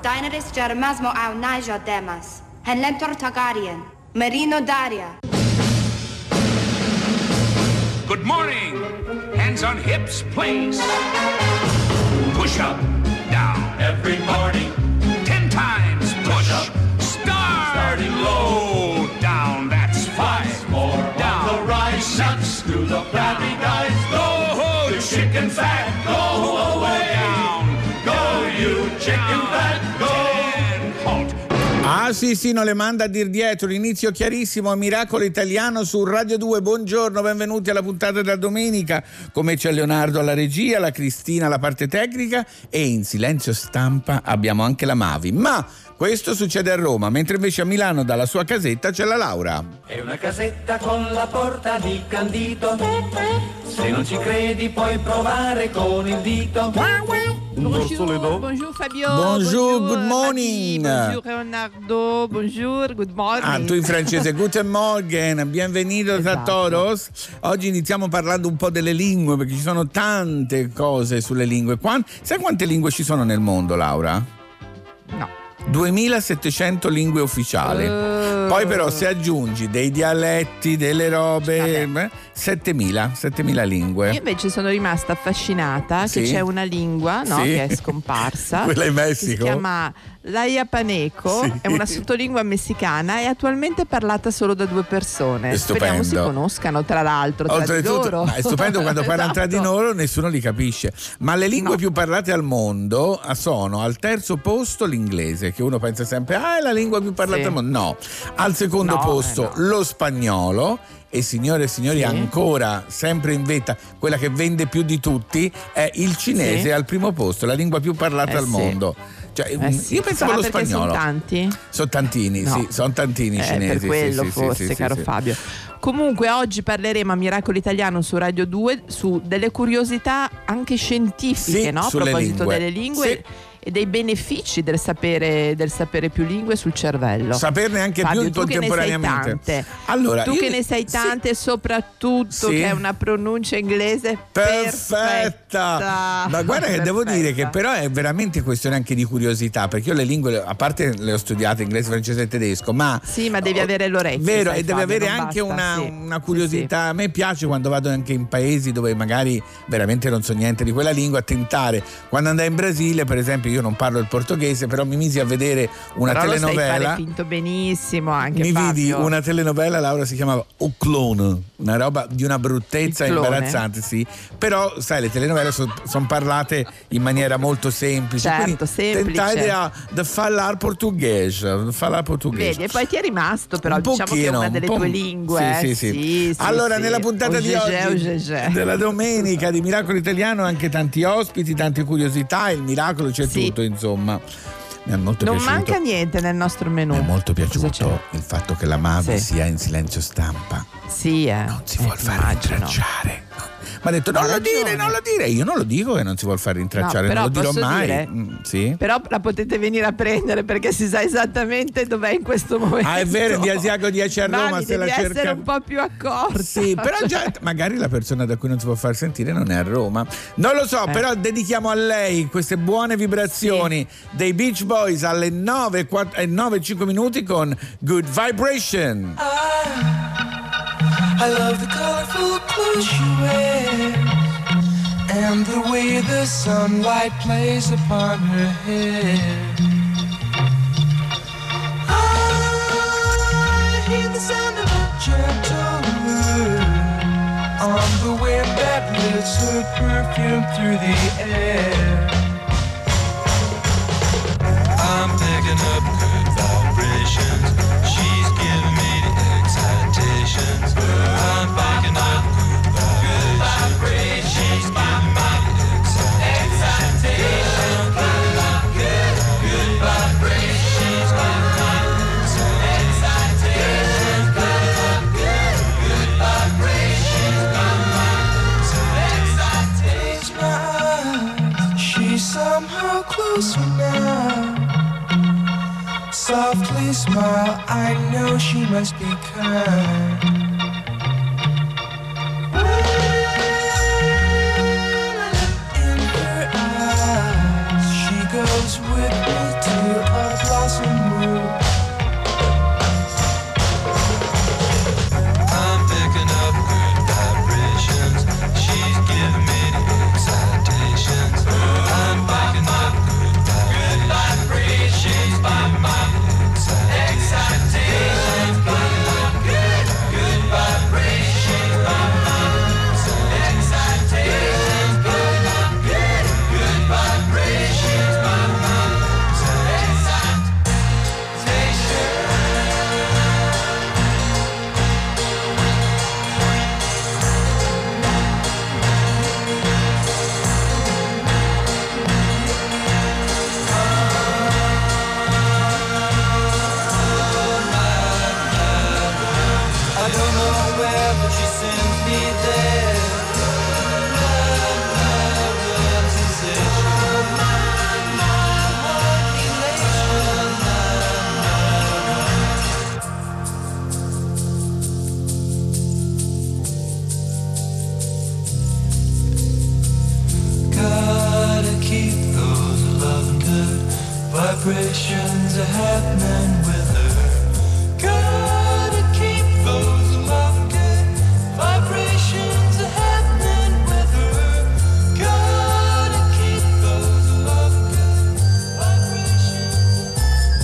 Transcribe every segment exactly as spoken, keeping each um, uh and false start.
Daenerys Germasmo au Naija Demas, Henlentor Targaryen, Marino Daria. Good morning. Hands on hips, please. Push up, down. Every morning. Ten times push up. Start. Starting low. Down, that's five. More down. On the rise. Six. Do the flabby guys. Go, the chicken fat. Go away. Down. Go, you chicken fat. Go. Halt. Ah sì sì, non le manda a dir dietro. L'inizio chiarissimo a Miracolo Italiano su Radio due. Buongiorno, benvenuti alla puntata da domenica. Come c'è Leonardo alla regia, la Cristina alla parte tecnica e in silenzio stampa abbiamo anche la Mavi. Ma questo succede a Roma, mentre invece a Milano dalla sua casetta c'è la Laura. È una casetta con la porta di candito. Se non ci credi puoi provare con il dito. Bonjour, bonjour Fabio. Bonjour, good morning. Bonjour Leonardo, bonjour, good morning. Ah, tu in francese, guten Morgen, bienvenidos esatto. a todos. Oggi iniziamo parlando un po' delle lingue, perché ci sono tante cose sulle lingue. Quant- sai quante lingue ci sono nel mondo, Laura? No. duemilasettecento lingue ufficiali. Uh. Poi però se aggiungi dei dialetti, delle robe, beh, settemila, settemila lingue. Io invece sono rimasta affascinata sì. che c'è una lingua, no, sì. che è scomparsa. Quella in Messico. Si chiama l'Ayapaneco, sì. è una sottolingua messicana e attualmente parlata solo da due persone. È Speriamo stupendo. si conoscano tra l'altro, tra di loro. Ma è stupendo quando parlano esatto. tra di loro, nessuno li capisce. Ma le lingue No. più parlate al mondo sono al terzo posto l'inglese, che uno pensa sempre ah è la lingua più parlata sì. al mondo. No, al secondo No, posto eh no. lo spagnolo. E signore e signori, sì. ancora sempre in vetta, quella che vende più di tutti è il cinese, sì. al primo posto, la lingua più parlata Eh al sì. mondo. Cioè, Eh sì. io pensavo Ah, allo perché spagnolo. sono tanti? Sono tantini, No. sì, sono tantini Eh, cinesi. per quello sì, sì, forse, sì, caro sì, Fabio. Comunque oggi parleremo a Miracolo Italiano su Radio due su delle curiosità anche scientifiche, Sì, no? A sulle proposito lingue. delle lingue. Sì. E dei benefici del sapere, del sapere più lingue sul cervello. Saperne anche Fabio, più tu contemporaneamente. Che ne sai tante. Allora, tu io che ne- ne sai tante, e soprattutto Sì. che è una pronuncia inglese perfetta. perfetta. Ma guarda che devo Perfetta. dire che però è veramente questione anche di curiosità, perché io le lingue, a parte le ho studiate inglese, francese e tedesco, ma Sì, ma devi avere l'orecchio. vero, sai, e devi Fabio, avere non anche basta, una, sì. una curiosità. A me piace quando vado anche in paesi dove magari veramente non so niente di quella lingua, a tentare. Quando andai in Brasile, per esempio, io non parlo il portoghese, però mi misi a vedere una Però telenovela. lo sai fare finto benissimo anche, Mi Fabio. vidi una telenovela, Laura, si chiamava O Clone, una roba di una bruttezza Il clone. imbarazzante, sì. Però, sai, le telenovele sono son parlate in maniera molto semplice. Certo, quindi semplice. tentai di di parlare portoghese, di parlare portoghese. Vedi, e poi ti è rimasto, però Un diciamo che è pochino, una un delle po'. tue lingue. Sì, eh. sì, sì. Sì, sì, allora, sì. nella puntata O di gegè, o oggi, gegè. della domenica di Miracolo Italiano, anche tanti ospiti, tante curiosità. Il miracolo c'è Sì. tutto, insomma. Mi è molto Non piaciuto. manca niente nel nostro menù. Mi è molto Cosa piaciuto c'è? il fatto che la Mavi Sì. sia in silenzio stampa. Sì, eh. Non si Eh, vuol far immagino. rintracciare. Mi ha detto non Ha lo ragione. dire, non lo dire. Io non lo dico che non si vuol far rintracciare, No, non lo però dirò posso mai. dire? Mm, sì. Però la potete venire a prendere perché si sa esattamente dov'è in questo momento. Ah, è vero, in via Asiago dieci a Roma, Mami, se la devi cerca. essere un po' più accorta. Sì, però già magari la persona da cui non si può far sentire non è a Roma. Non lo so, Eh. però dedichiamo a lei queste buone vibrazioni dei Beach Boys alle nove e cinque minuti con Good Vibration. I love the colorful clothes she wears and the way the sunlight plays upon her hair. I hear the sound of a gentle word on the wind that lifts her perfume through the air. I'm picking up good vibrations. She's giving me the excitations. I'm picking up good vibrations. She's giving me the excitations. Good, good vibrations. She's giving me the excitations. Good, good vibrations. Close my eyes. She's somehow closer now. Softly smile, I know she must be kind. In her eyes, she goes with me to vibrations are happening with her. Gotta keep those love good vibrations are happening with her. Gotta keep those love good vibrations.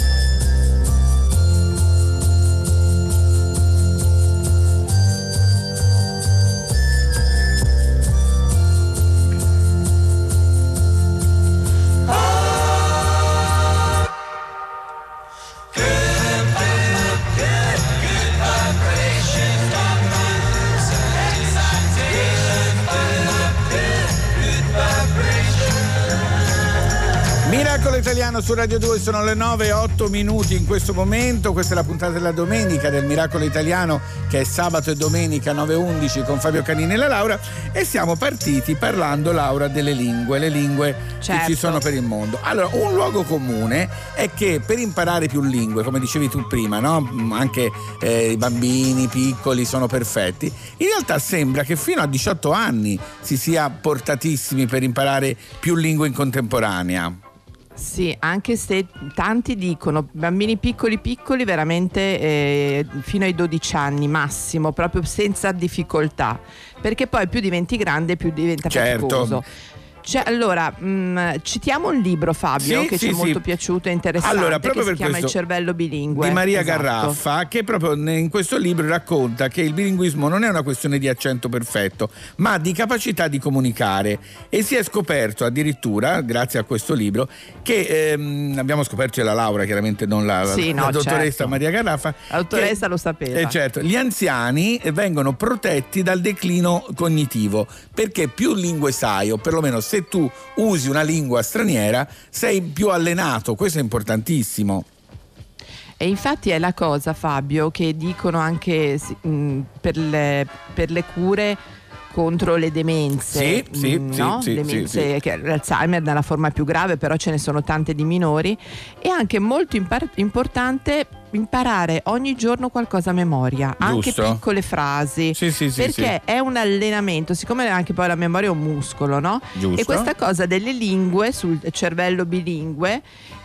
Miracolo Italiano su Radio due, sono le nove e otto minuti in questo momento. Questa è la puntata della domenica del Miracolo Italiano, che è sabato e domenica nove e undici con Fabio Canini e la Laura, e siamo partiti parlando, Laura, delle lingue, le lingue certo. che ci sono per il mondo. Allora, un luogo comune è che per imparare più lingue, come dicevi tu prima, no? Anche eh, i bambini piccoli sono perfetti. In realtà sembra che fino a diciotto anni si sia portatissimi per imparare più lingue in contemporanea. Sì, anche se tanti dicono bambini piccoli piccoli veramente eh, fino ai dodici anni massimo, proprio senza difficoltà, perché poi più diventi grande più diventa certo. faticoso. Cioè, allora, mh, citiamo un libro, Fabio, sì, che sì, ci è sì. molto piaciuto e interessante, allora, proprio che per si chiama questo, Il cervello bilingue di Maria esatto. Garraffa, che proprio in questo libro racconta che il bilinguismo non è una questione di accento perfetto, ma di capacità di comunicare, e si è scoperto addirittura, grazie a questo libro, che ehm, abbiamo scoperto la Laura, chiaramente non la, sì, la, no, la dottoressa certo. Maria Garraffa. La dottoressa che, lo sapeva. Eh, certo, gli anziani vengono protetti dal declino cognitivo, perché più lingue sai, o perlomeno se tu usi una lingua straniera sei più allenato, questo è importantissimo. E infatti è la cosa, Fabio, che dicono anche mh, per, le, per le cure contro le demenze, sì, sì, no? sì, demenze, sì, sì. che l'Alzheimer nella forma più grave, però ce ne sono tante di minori, e anche molto impar- importante imparare ogni giorno qualcosa a memoria, Giusto. anche piccole frasi, sì, sì, sì, perché sì. è un allenamento, siccome anche poi la memoria è un muscolo, no? Giusto. E questa cosa delle lingue sul cervello bilingue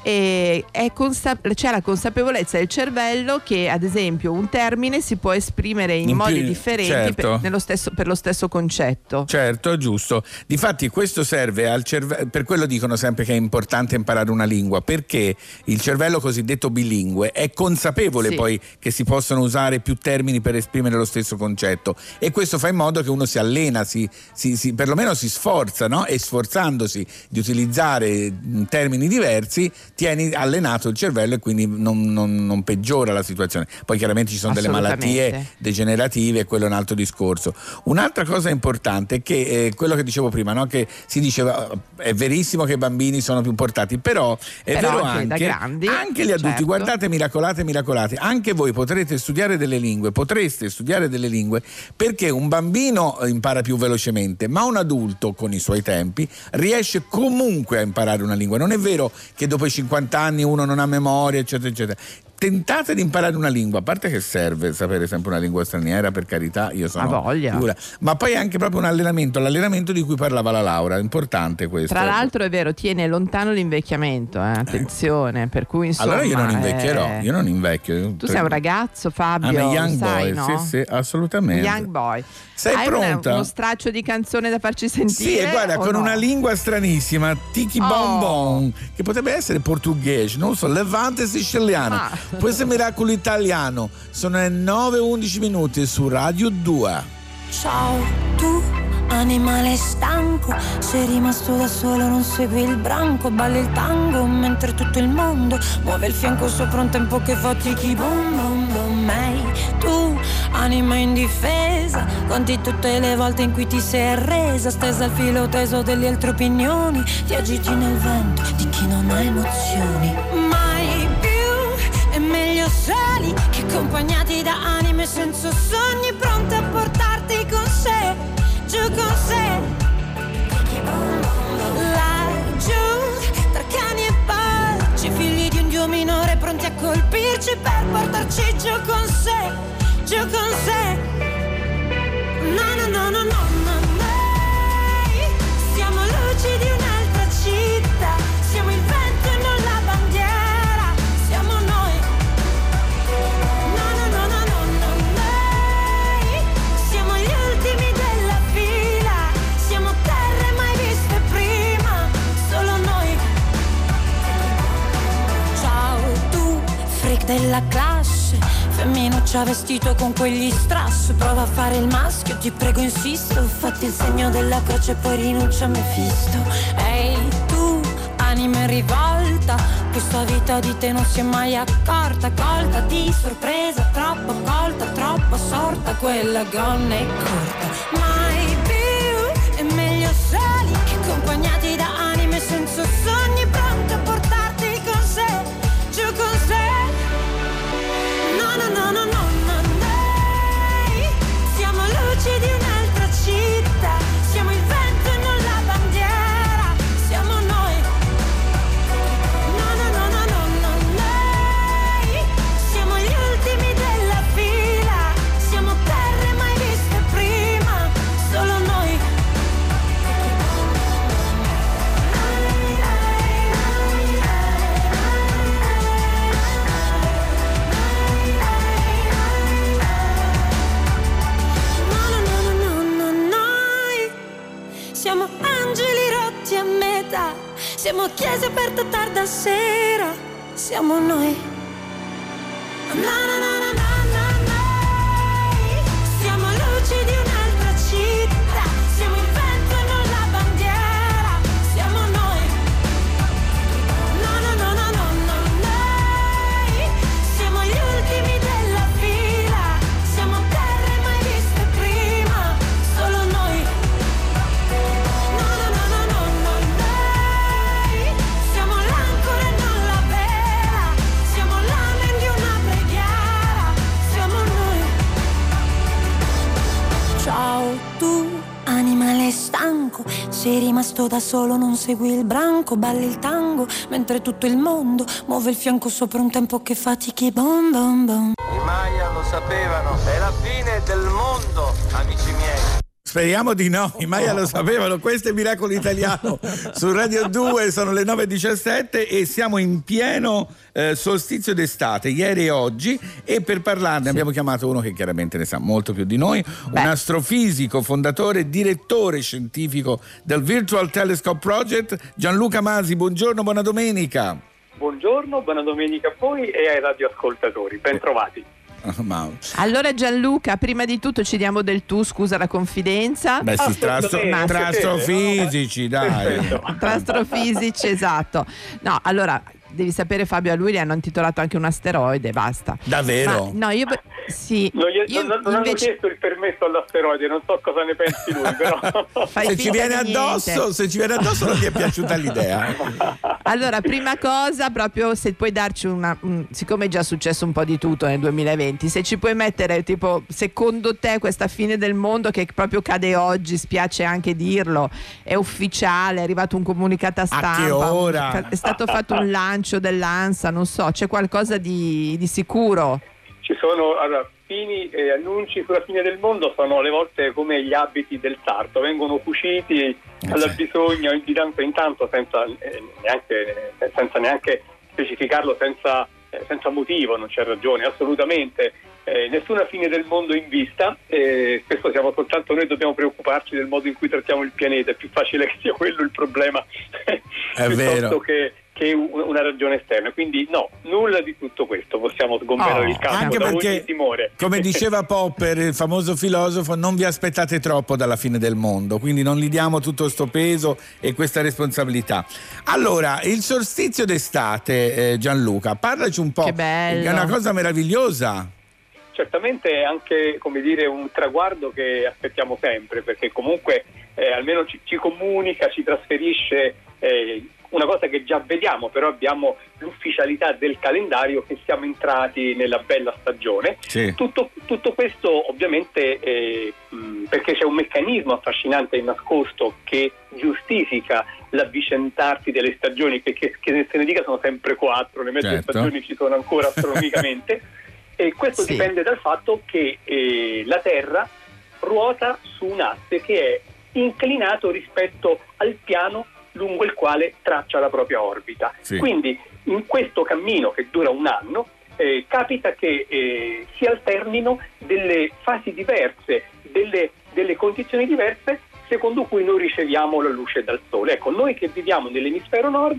e è consa- c'è la consapevolezza del cervello che, ad esempio, un termine si può esprimere in, In modi più- differenti certo. per, nello stesso, per lo stesso concetto. Certo, è giusto. Difatti questo serve al cervello, per quello dicono sempre che è importante imparare una lingua, perché il cervello cosiddetto bilingue è consapevole Sì. poi che si possono usare più termini per esprimere lo stesso concetto, e questo fa in modo che uno si allena, si, si, si, perlomeno si sforza, no? E sforzandosi di utilizzare termini diversi tieni allenato il cervello, e quindi non, non, non peggiora la situazione. Poi chiaramente ci sono delle malattie degenerative, e quello è un altro discorso. Un'altra cosa importante è che eh, quello che dicevo prima, no? Che si diceva è verissimo che i bambini sono più portati, però è Però vero anche da anche, grandi, anche gli adulti. certo. Guardate, miracolate, miracolate, anche voi potrete studiare delle lingue, potreste studiare delle lingue, perché un bambino impara più velocemente, ma un adulto con i suoi tempi riesce comunque a imparare una lingua. Non è vero che dopo i cinquanta anni uno non ha memoria, eccetera, eccetera. Tentate di imparare una lingua, a parte che serve sapere sempre una lingua straniera, per carità, io sono Ha voglia. figura, ma poi anche proprio un allenamento, l'allenamento di cui parlava la Laura, è importante questo. Tra l'altro è vero, tiene lontano l'invecchiamento, eh? Attenzione, per cui insomma... Allora io non invecchierò, eh, io non invecchio. Tu sei un ragazzo, Fabio, I'm a young sai, boy, no? sì, sì, assolutamente. Young boy. Sei Hai una- pronta? uno straccio di canzone da farci sentire? Sì, e guarda, o con no? una lingua stranissima, tiki Oh. bon bon, che potrebbe essere portoghese, non so, levante siciliano. Ma- Questo è Miracolo Italiano. Sono le nove e undici minuti su Radio due. Ciao, tu animale stanco, sei rimasto da solo, non segui il branco, balli il tango mentre tutto il mondo muove il fianco sopra un tempo che fa tiki bom bom bom. Ehi, tu anima indifesa, conti tutte le volte in cui ti sei arresa, stesa al filo teso delle altre opinioni, ti agiti nel vento di chi non ha emozioni. Mai più è meglio soli che accompagnati da anime senza sogni, pronte a portarti con sé, giù con sé. Laggiù, tra cani e porci, figli di un dio minore pronti a colpirci per portarci giù con sé, giù con sé. No, no, no, no, no, no, noi siamo luci di un'altra città, siamo il vento e non la bandiera. break della classe, femminuccia vestito con quegli strass. Prova a fare il maschio, ti prego insisto, fatti il segno della croce e poi rinuncia a Mefisto. Ehi tu, anima in rivolta, questa vita di te non si è mai accorta. Colta di sorpresa, troppo colta, troppo sorta, quella gonna è corta. Mai più, è meglio soli che accompagnati da anime senza sogni, pronte a portarti con sé, giù con sé. No, no, no, no, no, no, noi siamo luci di un'altra città, siamo il vento e non la bandiera, siamo noi. No, no, no, no, no, no, noi siamo gli ultimi della fila, siamo terre mai viste prima, solo noi. Siamo angeli rotti a metà, siamo chiese aperte tarda sera, siamo noi. Na, na, na, na, na, na, noi siamo luci di un'altra città, siamo il vento e non la bandiera, siamo noi. No, no, no, no, no, no, noi siamo gli ultimi della fila, siamo terre mai viste prima, solo noi. No, no, no, no, no, no, noi siamo l'ancora e non la vela, siamo l'amen di una preghiera, siamo noi. Ciao tu, animale stanco, sei rimasto da solo, non segui il branco, balli il tango, mentre tutto il mondo muove il fianco sopra un tempo che fatichi, bom bom bom. I Maya lo sapevano, è la fine del mondo, amici miei. Speriamo di no, i Maya lo sapevano. Questo è Miracolo Italiano su Radio due, sono le nove e diciassette e siamo in pieno eh, solstizio d'estate, ieri e oggi, e per parlarne abbiamo chiamato uno che chiaramente ne sa molto più di noi, Beh. un astrofisico, fondatore e direttore scientifico del Virtual Telescope Project, Gianluca Masi. Buongiorno, buona domenica. Buongiorno, buona domenica a voi e ai radioascoltatori, ben trovati. Allora Gianluca, prima di tutto ci diamo del tu, scusa la confidenza. Beh sì, tra, astro, tra astrofisici, dai. Tra astrofisici, esatto. No, allora devi sapere, Fabio, a lui gli hanno intitolato anche un asteroide, basta. Davvero? Ma, no, io sì. Non, gli, io non, non invece... hanno chiesto il permesso all'asteroide, non so cosa ne pensi lui, però. se ci viene addosso, se ci viene addosso non ti è piaciuta l'idea. Allora, prima cosa, proprio se puoi darci una, un, siccome è già successo un po' di tutto nel duemilaventi, se ci puoi mettere tipo, secondo te questa fine del mondo che proprio cade oggi, spiace anche dirlo, è ufficiale, è arrivato un comunicato a stampa, a che ora? È stato fatto un lancio dell'ANSA, non so, c'è qualcosa di, di sicuro? Ci sono, allora, fini e annunci sulla fine del mondo sono alle volte come gli abiti del sarto, vengono cuciti alla bisogno in di tanto in tanto senza eh, neanche senza neanche specificarlo, senza, eh, senza motivo, non c'è ragione assolutamente, eh, nessuna fine del mondo in vista, eh, spesso siamo soltanto noi, dobbiamo preoccuparci del modo in cui trattiamo il pianeta, è più facile che sia quello il problema è piuttosto vero. che che una ragione esterna, quindi no, nulla di tutto questo, possiamo sgomberare oh, il campo anche da perché, ogni timore. Come diceva Popper, il famoso filosofo, non vi aspettate troppo dalla fine del mondo, quindi non gli diamo tutto sto peso e questa responsabilità. Allora, il solstizio d'estate, eh, Gianluca, parlaci un po', che bello. È una cosa meravigliosa. Certamente è anche, come dire, un traguardo che aspettiamo sempre, perché comunque eh, almeno ci, ci comunica, ci trasferisce eh, una cosa che già vediamo, però abbiamo l'ufficialità del calendario che siamo entrati nella bella stagione. Sì. Tutto, tutto questo ovviamente eh, mh, perché c'è un meccanismo affascinante e nascosto che giustifica l'avvicentarsi delle stagioni, perché che se ne dica sono sempre quattro, le mezze certo. stagioni ci sono ancora astronomicamente, e questo sì. dipende dal fatto che eh, la Terra ruota su un asse che è inclinato rispetto al piano lungo il quale traccia la propria orbita. Sì. Quindi in questo cammino che dura un anno eh, capita che eh, si alternino delle fasi diverse, delle, delle condizioni diverse secondo cui noi riceviamo la luce dal Sole. Ecco, noi che viviamo nell'emisfero nord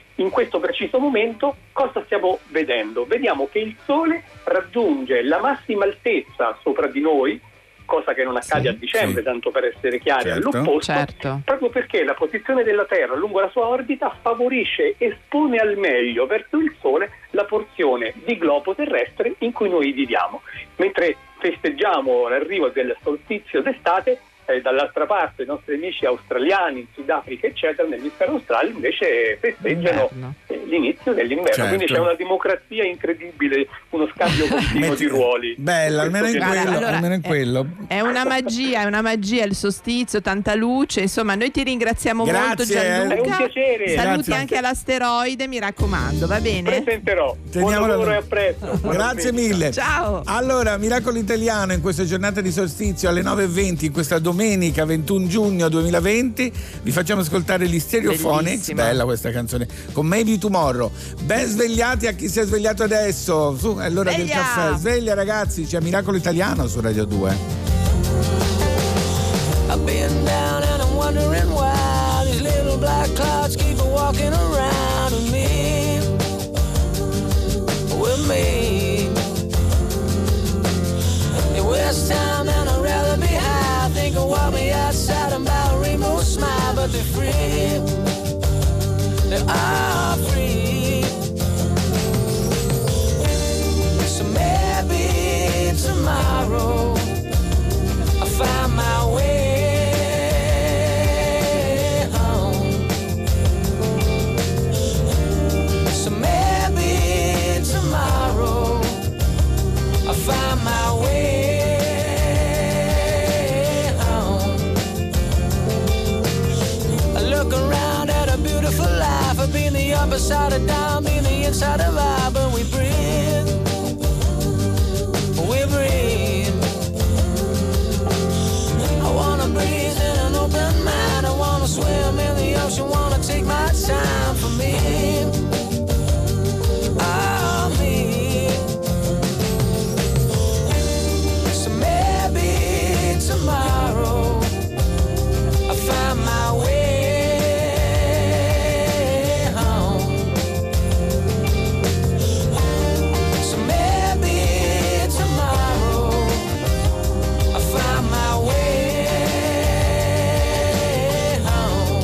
in questo preciso momento cosa stiamo vedendo? Vediamo che il Sole raggiunge la massima altezza sopra di noi, cosa che non accade sì, a dicembre, sì. tanto per essere chiari, Certo. all'opposto, Certo. proprio perché la posizione della Terra lungo la sua orbita favorisce, espone al meglio verso il Sole la porzione di globo terrestre in cui noi viviamo. Mentre festeggiamo l'arrivo del solstizio d'estate, eh, dall'altra parte i nostri amici australiani, in Sudafrica eccetera, nell'emisfero australe invece festeggiano eh, l'inizio dell'inverno, Certo. quindi c'è una democrazia incredibile, uno scambio continuo di ruoli. Bella, almeno in Questo quello, Allora, almeno in eh, quello. È una magia, è una magia il solstizio, tanta luce, insomma noi ti ringraziamo Grazie, molto eh. Gianluca. È un piacere. Saluti Grazie. anche all'asteroide, mi raccomando, va bene? Presenterò. Teniamola- Buon lavoro e a presto. Buona Grazie domenica. mille. Ciao. Allora, Miracolo Italiano in questa giornata di solstizio alle nove e venti, in questa domenica ventuno giugno duemilaventi, vi facciamo ascoltare gli Stereophonics, Bellissima. bella questa canzone, con Maybe Tomorrow. Ben svegliati a chi si è svegliato adesso, su, è l'ora del Sveglia! caffè, sveglia ragazzi, c'è Miracolo Italiano su Radio due. I've been down and I'm wondering why these little black clouds keep walking around with me, with me. It was time and I'd rather be high. Think of what me outside and about a rainbow smile, but they're free. They are free. So maybe tomorrow I'll find my way home. So maybe tomorrow I'll find my way home. I look around at a beautiful life. I've been the upper side of down, been the inside of I, but we breathe. We breathe. I wanna breathe in an open mind. I wanna swim in the ocean, wanna take my time for me. Oh, me. So maybe tomorrow I'll find my way home. So maybe tomorrow I'll find my way home.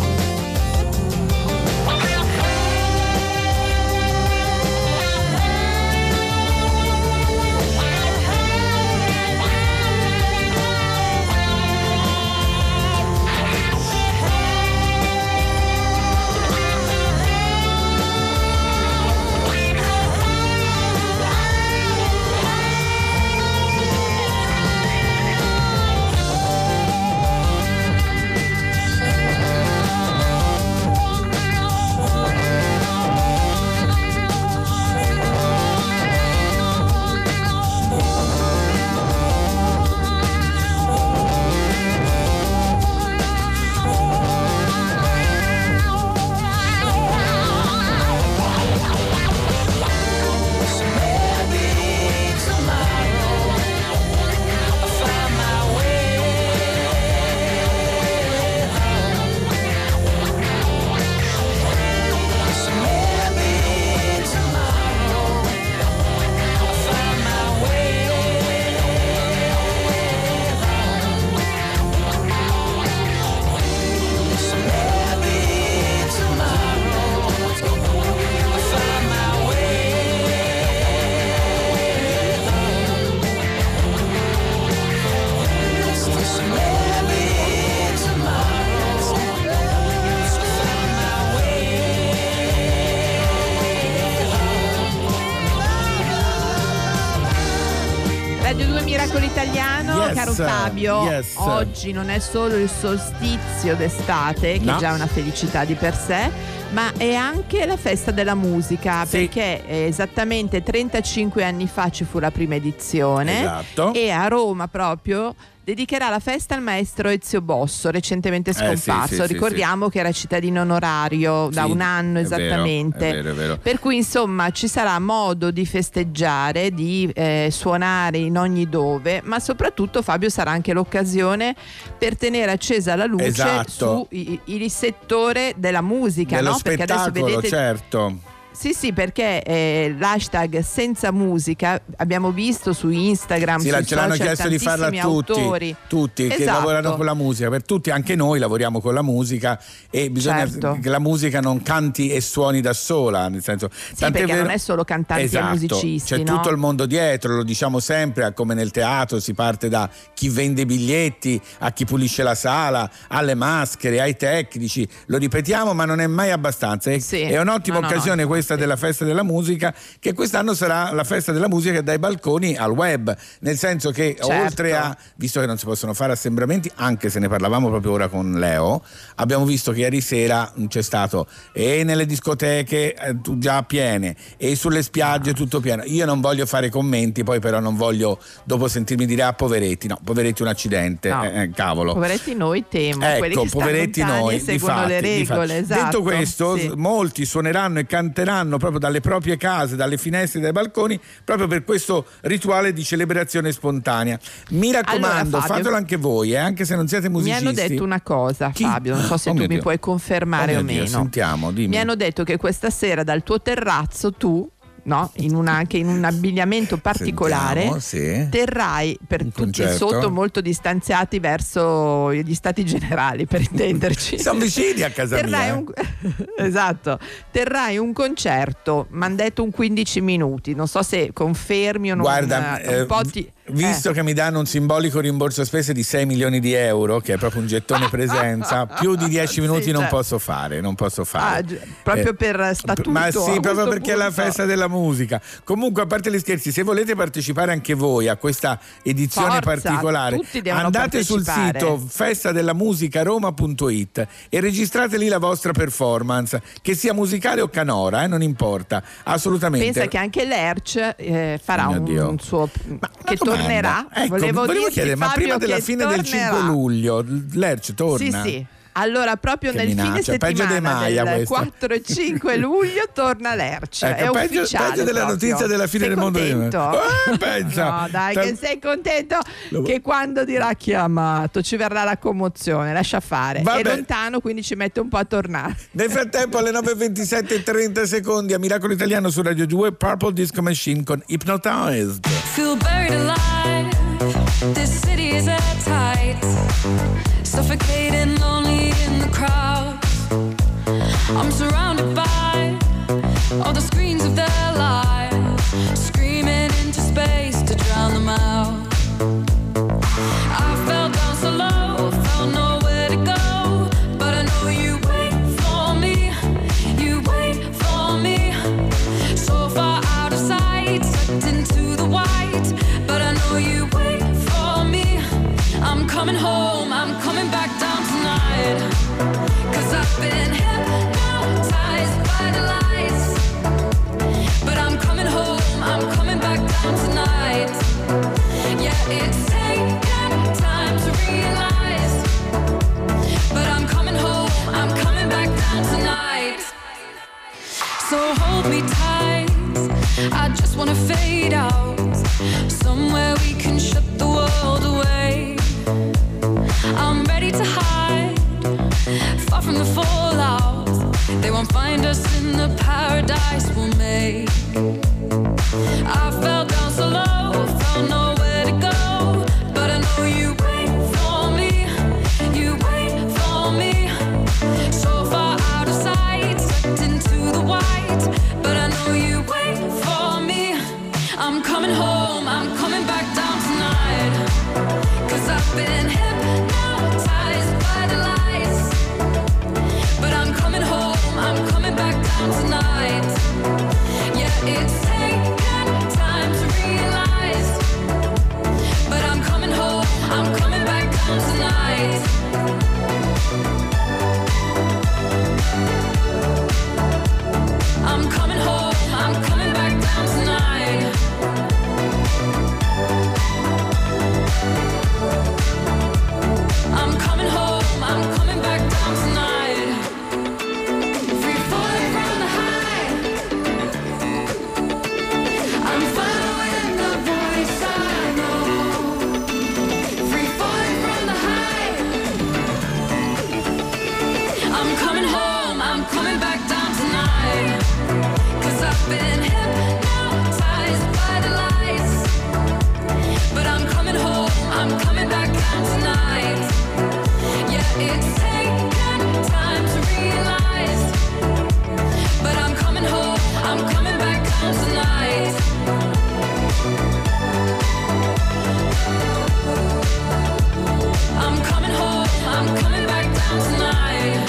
Radio due Miracolo Italiano, Yes, caro Fabio, yes. oggi non è solo il solstizio d'estate, che No. è già una felicità di per sé, ma è anche la festa della musica, Sì. perché eh, esattamente trentacinque anni fa ci fu la prima edizione Esatto. e a Roma proprio dedicherà la festa al maestro Ezio Bosso, recentemente scomparso. sì, sì, Ricordiamo sì. che era cittadino onorario da Sì, un anno è vero, esattamente. è vero, è vero. Per cui insomma ci sarà modo di festeggiare, di eh, suonare in ogni dove, ma soprattutto, Fabio, sarà anche l'occasione per tenere accesa la luce Esatto. su i- il settore della musica, Dello no? Perché adesso spettacolo, vedete. certo. Sì, sì, perché eh, l'hashtag senza musica abbiamo visto su Instagram, Sì, sui la- ce l'hanno social, chiesto di farla tantissimi tutti, autori. tutti che Esatto. lavorano con la musica, per tutti, anche noi lavoriamo con la musica e bisogna Certo. che la musica non canti e suoni da sola, nel senso, Sì, tant'è perché vero- non è solo cantanti Esatto, e musicisti, c'è no? tutto il mondo dietro, lo diciamo sempre, come nel teatro si parte da chi vende i biglietti a chi pulisce la sala, alle maschere, ai tecnici, lo ripetiamo ma non è mai abbastanza. È, Sì. è un'ottima No, no, no, occasione questa infatti. della festa della musica, che quest'anno sarà la festa della musica dai balconi al web, nel senso che Certo. oltre a, visto che non si possono fare assembramenti, anche se ne parlavamo proprio ora con Leo, abbiamo visto che ieri sera c'è stato e nelle discoteche eh, già piene e sulle spiagge tutto pieno. Io non voglio fare commenti, poi però non voglio dopo sentirmi dire ah poveretti, no, poveretti un accidente, No. eh, eh, cavolo. Poveretti noi temo, quelli Ecco, che stanno poveretti lontani noi, e seguono difatti, le regole, difatti. esatto. Detto questo, Sì. molti suoneranno e canteranno proprio dalle proprie case, dalle finestre, dai balconi, proprio per questo rituale di celebrazione spontanea. Mi raccomando, Allora, Fabio, fatelo anche voi, eh, anche se non siete Mi musicisti. hanno detto una cosa, Chi? Fabio, non so se Oh tu mio mi Dio. puoi confermare Oh o mio Dio, meno. sentiamo, dimmi. Mi hanno detto che questa sera dal tuo terrazzo tu, no, in una, anche in un abbigliamento particolare, Sentiamo, sì. terrai per Un tutti concerto. sotto molto distanziati verso gli stati generali, per intenderci. Siamo vicini a casa terrai mia. un, esatto, terrai un concerto, mi hanno detto un quindici minuti, non so se confermi o non. Guarda, eh, un eh, po' ti- visto eh. che mi danno un simbolico rimborso spese di sei milioni di euro, che è proprio un gettone presenza, più di dieci minuti Sì, non certo. posso fare, non posso fare. Ah, gi- proprio Eh, per statuto. Ma a sì, questo proprio perché è la punto. festa della musica. Comunque, a parte gli scherzi, se volete partecipare anche voi a questa edizione Forza, particolare, tutti devono andate sul partecipare. sito festa della musica roma punto it e registrate lì la vostra performance, che sia musicale o canora, eh, non importa, assolutamente. Pensa che anche l'Erc eh, farà Oh mio un, Dio. un suo Ma che una domanda. tornerà. Ecco, volevo, volevo dirti, chiedere, ma Fabio, prima della che fine del tornerà. cinque luglio l'Erc torna? Sì, sì. Allora, proprio Che nel minaccia, fine peggio dei settimana Maia del questa. quattro e cinque luglio torna l'Erc. Ecco, è peggio- ufficiale. peggio della proprio. notizia della fine Sei del mondo di- contento? Eh, pensa. No, dai, Tra- che sei contento Lo- che quando dirà chiamato ci verrà la commozione. Lascia fare. Vabbè. È lontano, quindi ci mette un po' a tornare. Nel frattempo alle nove e ventisette e trenta secondi a Miracolo Italiano su Radio due, Purple Disco Machine con Hypnotized. Feel buried alive. This city is at tight. Suffocating, lonely in the crowd. I'm surrounded by all the screens of their lives, screaming into space to drown them out. I fell down so low, found nowhere to go, but I know you wait for me, you wait for me. So far out of sight, sucked into the white, but I know you wait for me. I'm coming home, I'm coming back down tonight, 'cause I've been hypnotized by the lights. But I'm coming home, I'm coming back down tonight. Yeah, it's taken time to realize, but I'm coming home, I'm coming back down tonight. So hold me tight, I just wanna fade out, somewhere we can shut the world away. I'm ready to hide, far from the fallout. They won't find us in the paradise we'll make. I fell down so low, found nowhere to go, but I know you wait for me, you wait for me. So far out of sight, sucked into the white, but I know you wait for me. I'm coming home, I'm coming back down tonight, 'cause I've been hypnotized by the lights. But I'm coming home, I'm coming back down tonight. Yeah, it's taken time to realize, but I'm coming home, I'm coming back down tonight. I'm coming home, I'm coming back down tonight. I'm coming home, I'm coming back down tonight.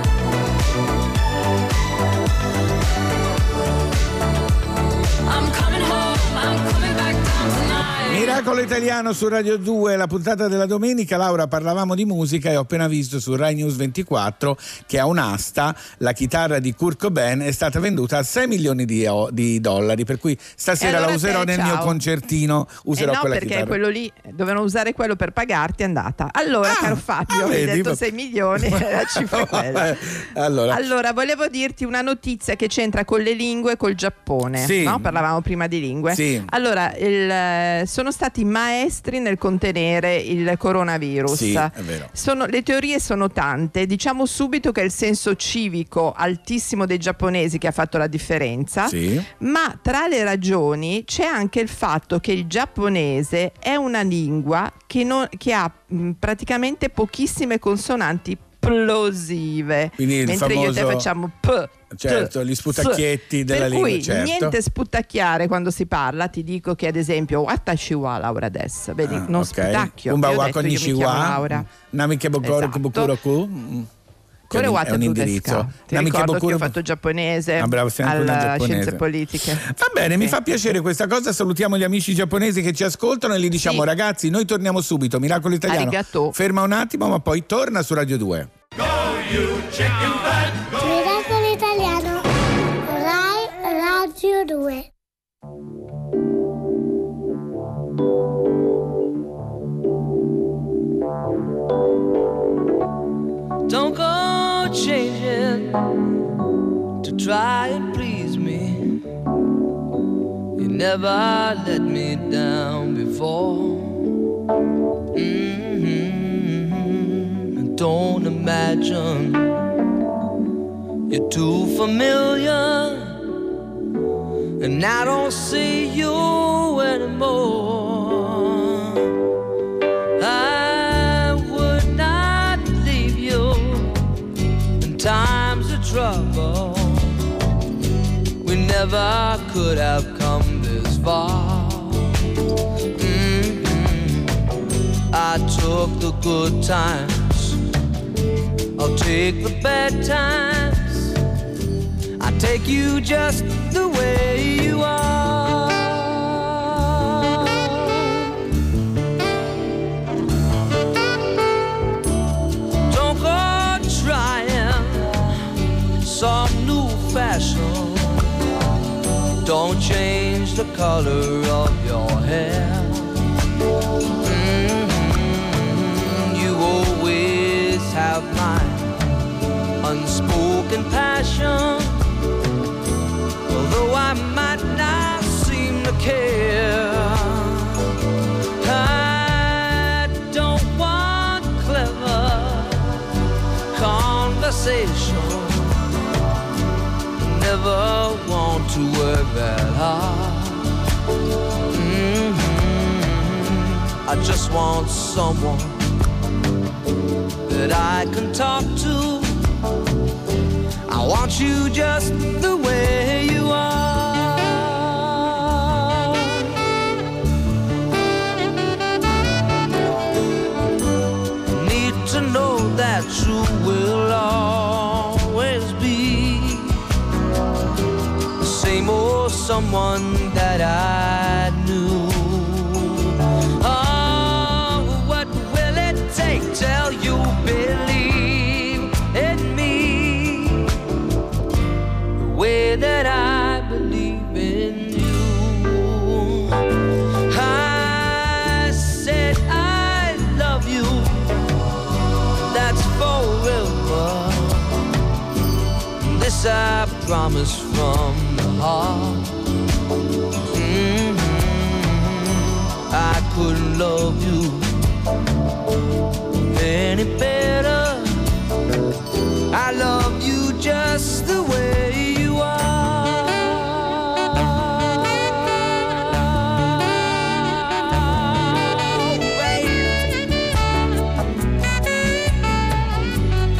I'm coming home, I'm coming back down tonight. Miracolo Italiano su Radio due, la puntata della domenica. Laura, parlavamo di musica e ho appena visto su Rai News ventiquattro che a un'asta la chitarra di Kurt Cobain è stata venduta a sei milioni di, di dollari, per cui stasera allora la userò te, nel ciao. mio concertino, userò eh no, quella perché chitarra. quello lì dovevano usare quello per pagarti, è andata. Allora, Ah, caro Fabio, ah, hai vedi, detto ma- sei milioni, la cifra è quella. allora, Allora, volevo dirti una notizia che c'entra con le lingue e col Giappone. Sì. No? Parlavamo prima di lingue. Sì. Allora, il- sono stati maestri nel contenere il coronavirus. Sì, è vero. Sono- le teorie sono tante. Diciamo subito che è il senso civico altissimo dei giapponesi che ha fatto la differenza. Sì. Ma tra le ragioni c'è anche il fatto che il giapponese è una lingua che, non- che ha mh, praticamente pochissime consonanti plosive, Quindi il mentre io e te famoso- facciamo p. certo, t, gli sputacchietti s. della per lingua, cui certo. niente sputacchiare quando si parla. Ti dico che ad esempio watashi wa Laura adesso, vedi, Ah, non ok. sputacchio. Umba Io ho wa detto, io mi konnichiwa. chiamo Laura. Namike bokoro Esatto. kubukuroku. Mm. Kore È un- wa è un desu desu indirizzo. ka? Ti Namike ricordo che io ho bokuro- fatto giapponese Ah, bravo, sei anche una alla giapponese. scienze politiche. Va bene, mi Sì. fa piacere questa cosa. Salutiamo gli amici giapponesi che ci ascoltano e gli diciamo: Sì. ragazzi, noi torniamo subito. Miracolo Italiano. Arigato. Ferma un attimo, ma poi torna su Radio due. Miracolo Italiano, Rai Radio due. Don't go changing to try and please me. You never let me down before. Mm-hmm. Don't imagine you're too familiar, and I don't see you anymore. I would not leave you in times of trouble. We never could have come this far. Mm-hmm. I took the good times, I'll take the bad times. I take you just the way you are. Don't go trying some new fashion. Don't change the color of your hair. Mm-hmm. You always have my unspoken passion. Although I might not seem to care, I don't want clever conversation. Never want to work that hard. Mm-hmm. I just want someone that I can talk to. I want you just the way you are. Need to know that you will always be the same old someone that I knew. Oh, what will it take till you believe in me the way that I believe in you? I said I love you, that's forever. This I promise from the heart. Mm-hmm. I couldn't love you any better. I love you just the way you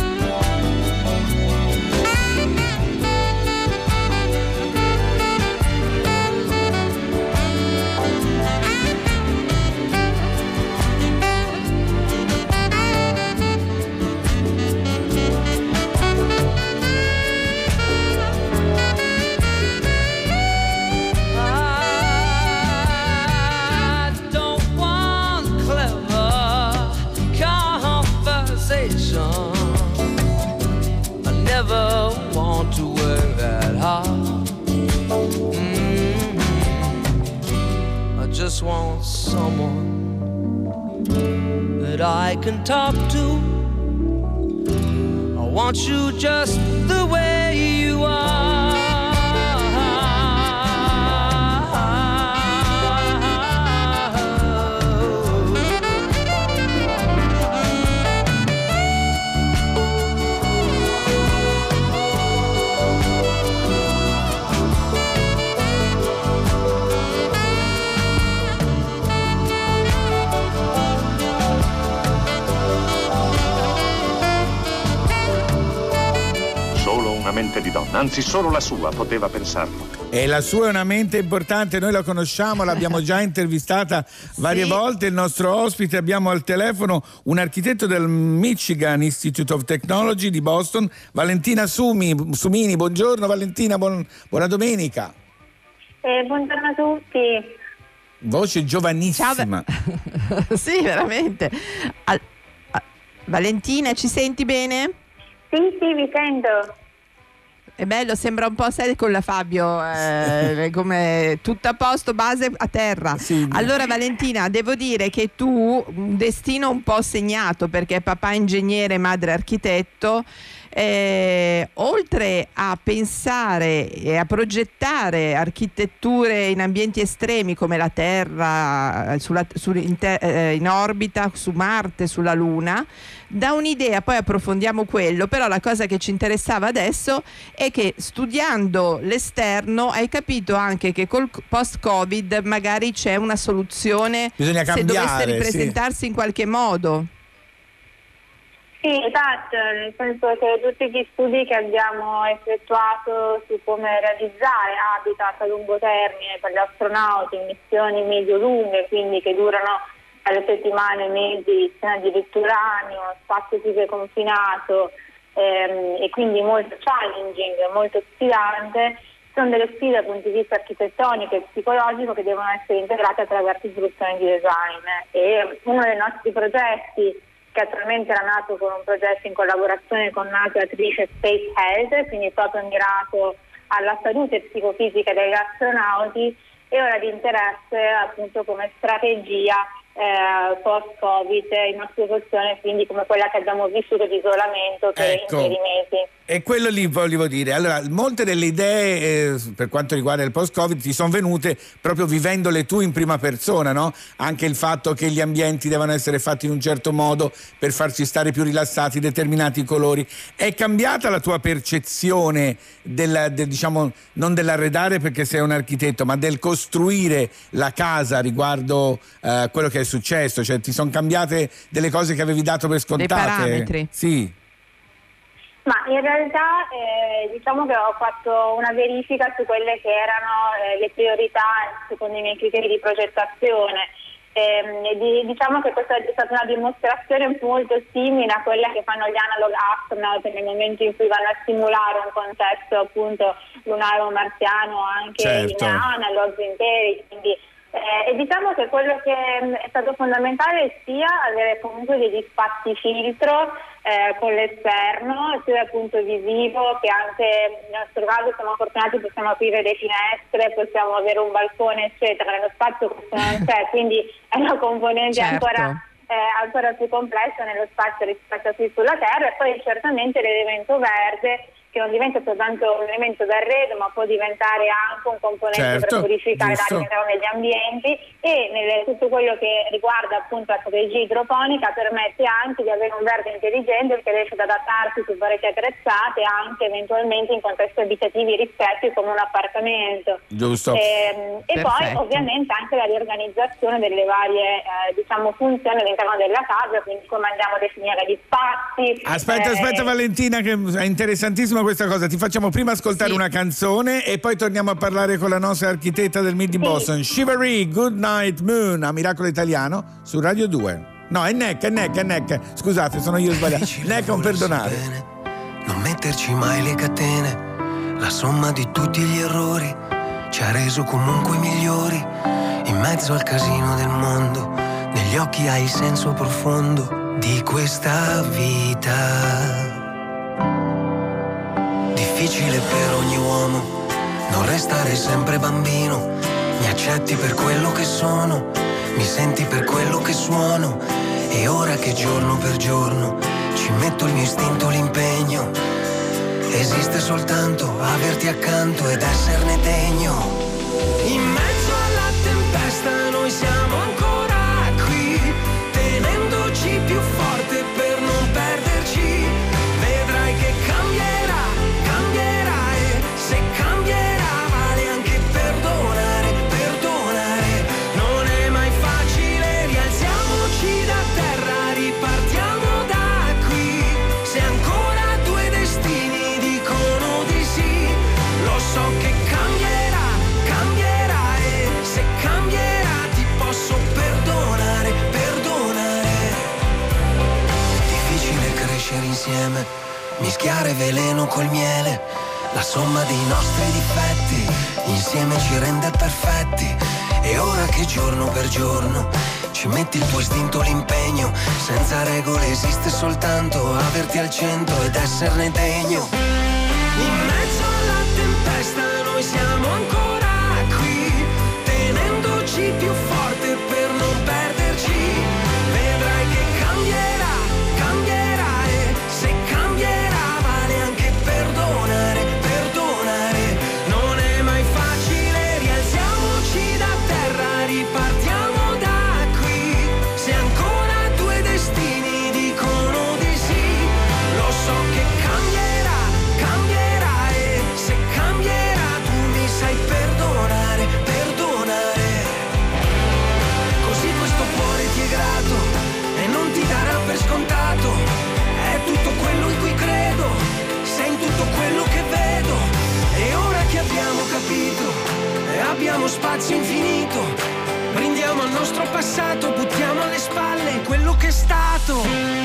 are. just want someone that I can talk to. I want you just the way you are. Mente di donna, anzi solo la sua poteva pensarlo. E la sua è una mente importante, noi la conosciamo, l'abbiamo già intervistata varie sì. volte. Il nostro ospite, abbiamo al telefono un architetto del Michigan Institute of Technology di Boston, Valentina Sumi, Sumini. Buongiorno Valentina, buon, buona domenica. Eh, buongiorno a tutti. Voce giovanissima. Sì, veramente. Al, a, Valentina, ci senti bene? Sì, sì, vi sento. È bello, sembra un po' sei con la Fabio, eh, come tutto a posto, base a terra. Sì. Allora Valentina, devo dire che tu, un destino un po' segnato, perché papà ingegnere, madre architetto, eh, oltre a pensare e a progettare architetture in ambienti estremi come la Terra, sulla, su, in, te, eh, in orbita, su Marte, sulla Luna, da un'idea, poi approfondiamo quello, però la cosa che ci interessava adesso è che studiando l'esterno hai capito anche che col post-Covid magari c'è una soluzione. Bisogna cambiare, se dovesse ripresentarsi sì. in qualche modo. Sì, esatto, nel senso che tutti gli studi che abbiamo effettuato su come realizzare habitat a lungo termine per gli astronauti in missioni medio-lunghe, quindi che durano alle settimane, mesi, addirittura anni, uno spazio più che confinato ehm, e quindi molto challenging, molto sfidante, sono delle sfide dal punto di vista architettonico e psicologico che devono essere integrate attraverso soluzioni di design. E uno dei nostri progetti, che attualmente era nato con un progetto in collaborazione con NATO e Attrice Space Health, quindi proprio mirato alla salute psicofisica degli astronauti, è ora di interesse appunto come strategia Eh, post-Covid in una situazione quindi come quella che abbiamo vissuto di isolamento per ecco. interi mesi. E quello lì volevo dire, allora molte delle idee eh, per quanto riguarda il post-Covid ti sono venute proprio vivendole tu in prima persona, no? Anche il fatto che gli ambienti devono essere fatti in un certo modo per farci stare più rilassati, determinati colori. È cambiata la tua percezione del, del, diciamo, non dell'arredare perché sei un architetto, ma del costruire la casa riguardo eh, quello che è successo? Cioè ti sono cambiate delle cose che avevi dato per scontate? Dei parametri. Sì. Ma in realtà eh, diciamo che ho fatto una verifica su quelle che erano eh, le priorità secondo i miei criteri di progettazione. Eh, di, diciamo che questa è stata una dimostrazione molto simile a quella che fanno gli analog astronaut nel momento in cui vanno a simulare un contesto appunto lunare o marziano anche certo. in analog interi, quindi Eh, e diciamo che quello che è stato fondamentale sia avere comunque degli spazi filtro eh, con l'esterno, sia dal punto visivo che anche nel nostro caso siamo fortunati, possiamo aprire le finestre, possiamo avere un balcone eccetera, nello spazio questo non c'è, quindi è una componente certo. ancora, eh, ancora più complessa nello spazio rispetto a qui sulla Terra. E poi certamente l'elemento verde che non diventa soltanto un elemento d'arredo ma può diventare anche un componente certo, per purificare l'aria all'interno degli ambienti e nelle, tutto quello che riguarda appunto la strategia idroponica permette anche di avere un verde intelligente che riesce ad adattarsi su parecchie attrezzate anche eventualmente in contesti abitativi ristretti come un appartamento. Giusto. E, e poi ovviamente anche la riorganizzazione delle varie eh, diciamo funzioni all'interno della casa, quindi come andiamo a definire gli spazi. Aspetta, eh, aspetta Valentina, che è interessantissimo questa cosa. Ti facciamo prima ascoltare sì. una canzone e poi torniamo a parlare con la nostra architetta del Mid di Boston. Sì. Shivery, Good Night Moon, a Miracolo Italiano su Radio due. No, è Neck, è Neck, è Neck. Scusate, sono io sbagliato. Neck, non perdonare. Bene, non metterci mai le catene. La somma di tutti gli errori ci ha reso comunque migliori. In mezzo al casino del mondo, negli occhi hai il senso profondo di questa vita. Difficile per ogni uomo non restare sempre bambino. Mi accetti per quello che sono, mi senti per quello che suono. E ora che giorno per giorno ci metto il mio istinto, l'impegno. Esiste soltanto averti accanto ed esserne degno. In mezzo alla tempesta noi siamo ancora qui, tenendoci più forte per non perderci. Vedrai che cambierà, cambierà e se cambierà vale anche perdonare, perdonare. Non è mai facile, rialziamoci da terra, ripartiamo da qui. Se ancora due destini dicono di sì, lo so che cambierà, cambierà e se cambierà ti posso perdonare, perdonare. Difficile crescere insieme, mischiare veleno col miele, la somma dei nostri difetti insieme ci rende perfetti. E ora che giorno per giorno ci metti il tuo istinto, l'impegno. Senza regole esiste soltanto averti al centro ed esserne degno. In mezzo alla tempesta noi siamo ancora qui, tenendoci più forte per non perderci. Vedrai che cambierà, cambierà e se cambierà vale anche perdonare, perdonare. Non è mai facile, rialziamoci da terra, ripartiamo da qui. Se ancora due destini dicono di sì, lo so che cambierà, cambierà e se cambierà tu mi sai perdonare, perdonare. Così questo cuore ti è grato e non ti darà per scontato. È tutto quello in cui credo, sei in tutto quello che vedo. E ora che abbiamo capito e abbiamo spazio infinito, brindiamo al nostro passato, buttiamo alle spalle quello che è stato.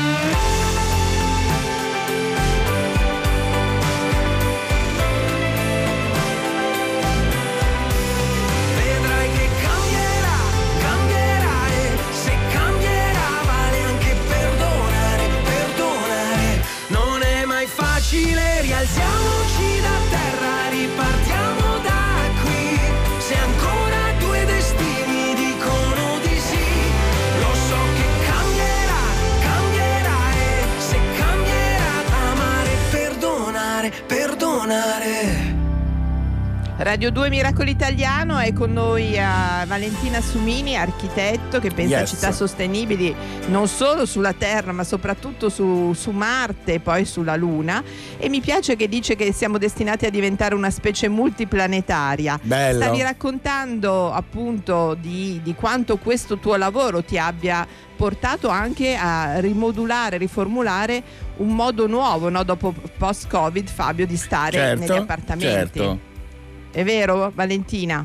Vedrai che cambierà, cambierà e se cambierà vale anche perdonare, perdonare. Non è mai facile, rialziamoci da terra, ripartiamo da qui. Se ancora due destini dicono di sì, lo so che cambierà, cambierà e se cambierà amare, perdonare, perdonare. Radio due Miracolo Italiano, è con noi a Valentina Sumini, architetto che pensa Yes. a città sostenibili non solo sulla Terra ma soprattutto su, su Marte e poi sulla Luna, e mi piace che dice che siamo destinati a diventare una specie multiplanetaria. Bello. Stavi raccontando appunto di, di quanto questo tuo lavoro ti abbia portato anche a rimodulare, riformulare un modo nuovo, no? Dopo post-Covid, Fabio, di stare Certo, negli appartamenti. certo. È vero, Valentina?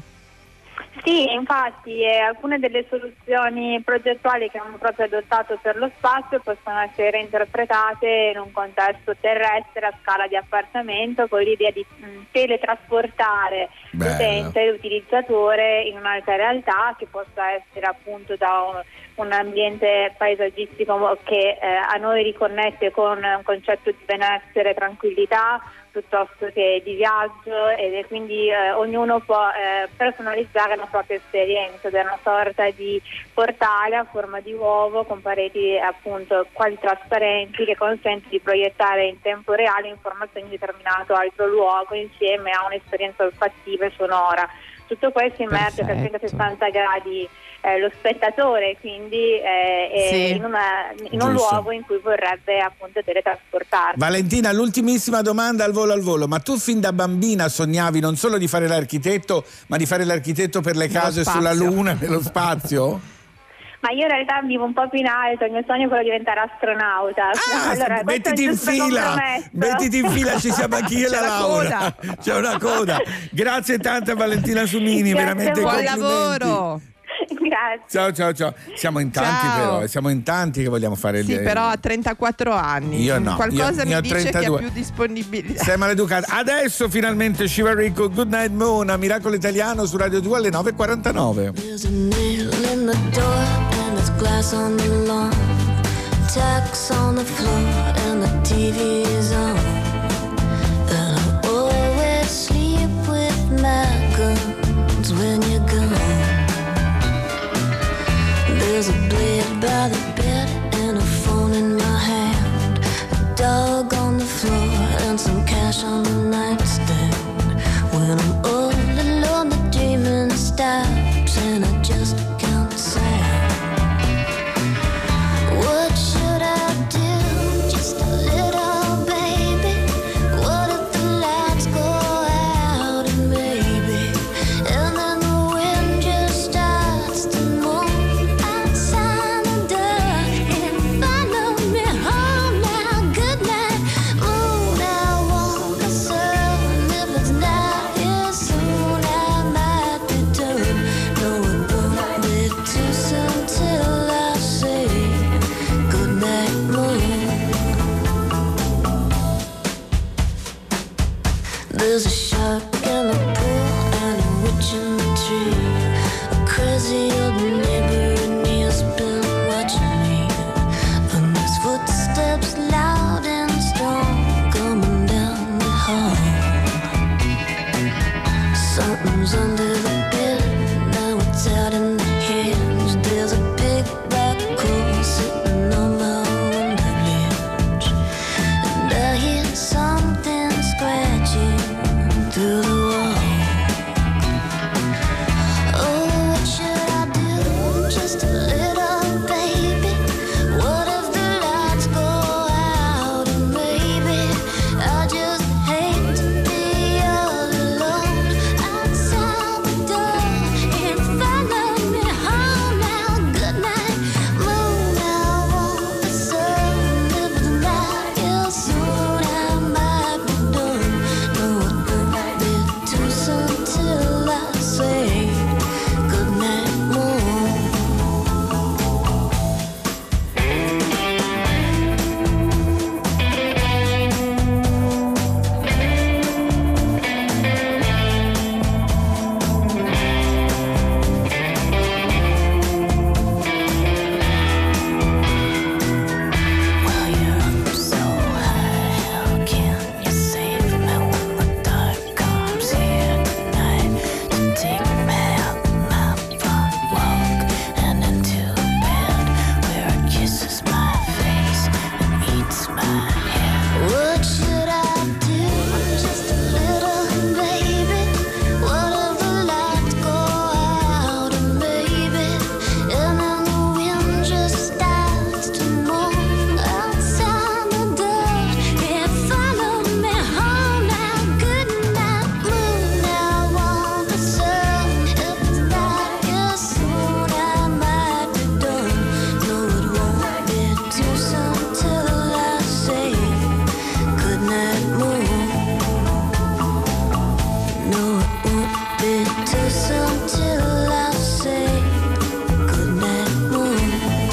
Sì, infatti eh, alcune delle soluzioni progettuali che hanno proprio adottato per lo spazio possono essere reinterpretate in un contesto terrestre a scala di appartamento, con l'idea di mh, teletrasportare Bello. l'utente, l'utilizzatore in un'altra realtà che possa essere appunto da un, un ambiente paesaggistico che eh, a noi riconnette con un concetto di benessere, tranquillità, piuttosto che di viaggio, ed è quindi eh, ognuno può eh, personalizzare la propria esperienza, ed è una sorta di portale a forma di uovo con pareti appunto quasi trasparenti che consente di proiettare in tempo reale informazioni di determinato altro luogo insieme a un'esperienza olfattiva e sonora. Tutto questo immerge a trecentosessanta gradi eh, lo spettatore, quindi eh, Sì. in, una, in un Giusto. luogo in cui vorrebbe appunto teletrasportarsi. Valentina, l'ultimissima domanda al volo al volo, ma tu fin da bambina sognavi non solo di fare l'architetto, ma di fare l'architetto per le case spazio. sulla Luna, nello spazio? Ma io in realtà vivo un po' più in alto, il mio sogno è quello di diventare astronauta. allora, questo è mettiti un in giusto fila, compromesso. mettiti in fila, ci siamo anch'io e C'è la la Laura. coda. C'è una coda. Grazie tante a Valentina Sumini, Grazie veramente a voi. Buon complimenti. lavoro! Grazie. Ciao ciao ciao. Siamo in tanti Ciao. però, siamo in tanti che vogliamo fare il Sì, però a trentaquattro anni. Io no, Qualcosa io- mi io ho dice trentadue. che ha più disponibilità. Sei maleducata. Adesso finalmente Shiva Rico, Good Night Moon, a Miracolo Italiano su Radio due alle nove e quarantanove. There's a nail in the door and there's glass on the lawn. Tacks on the floor and the T V is on. And I always sleep with my guns when you're gone. by the bed and a phone in my hand, a dog on the floor and some cash on the nightstand. When I'm all alone, the dreaming stops and I just count sand. What should I do? Just a little baby. What if the lights go out and maybe, and then the wind just starts to moan outside the door and follow me home now. Good night, moon. I want the sun. If it's not here soon, I might be done. No, it won't be too soon till I say good night, moon. There's a shark in the pool and a witch in the tree. A crazy old neighbor and he has been watching me. And there's footsteps loud and strong coming down the hall. Something's under the bed, now it's out in the hedge. There's a big black hole sitting on my window ledge. And I hear something scratching through the wall. Oh, what should I do? Just a little baby. What if the lights go out and maybe I just hate to be all alone outside the door and follow me home now. Good night, moon. I want the sun. If it's not here soon, I might be done. No, it won't be too soon till I say good night, moon. While you're up so high, how can you save me when the dark comes here tonight? To take me out my front walk and into bed where it kisses my face and eats my hair. What should I do? Just a little baby. What if the lights go out and maybe, and then the wind just starts to moan outside the door and follow me home now. Good night, moon. I want the sun. If it's not here soon, I might be done. No, it won't be too soon till I say good night, moon. No, it won't be too soon till I say good night, moon.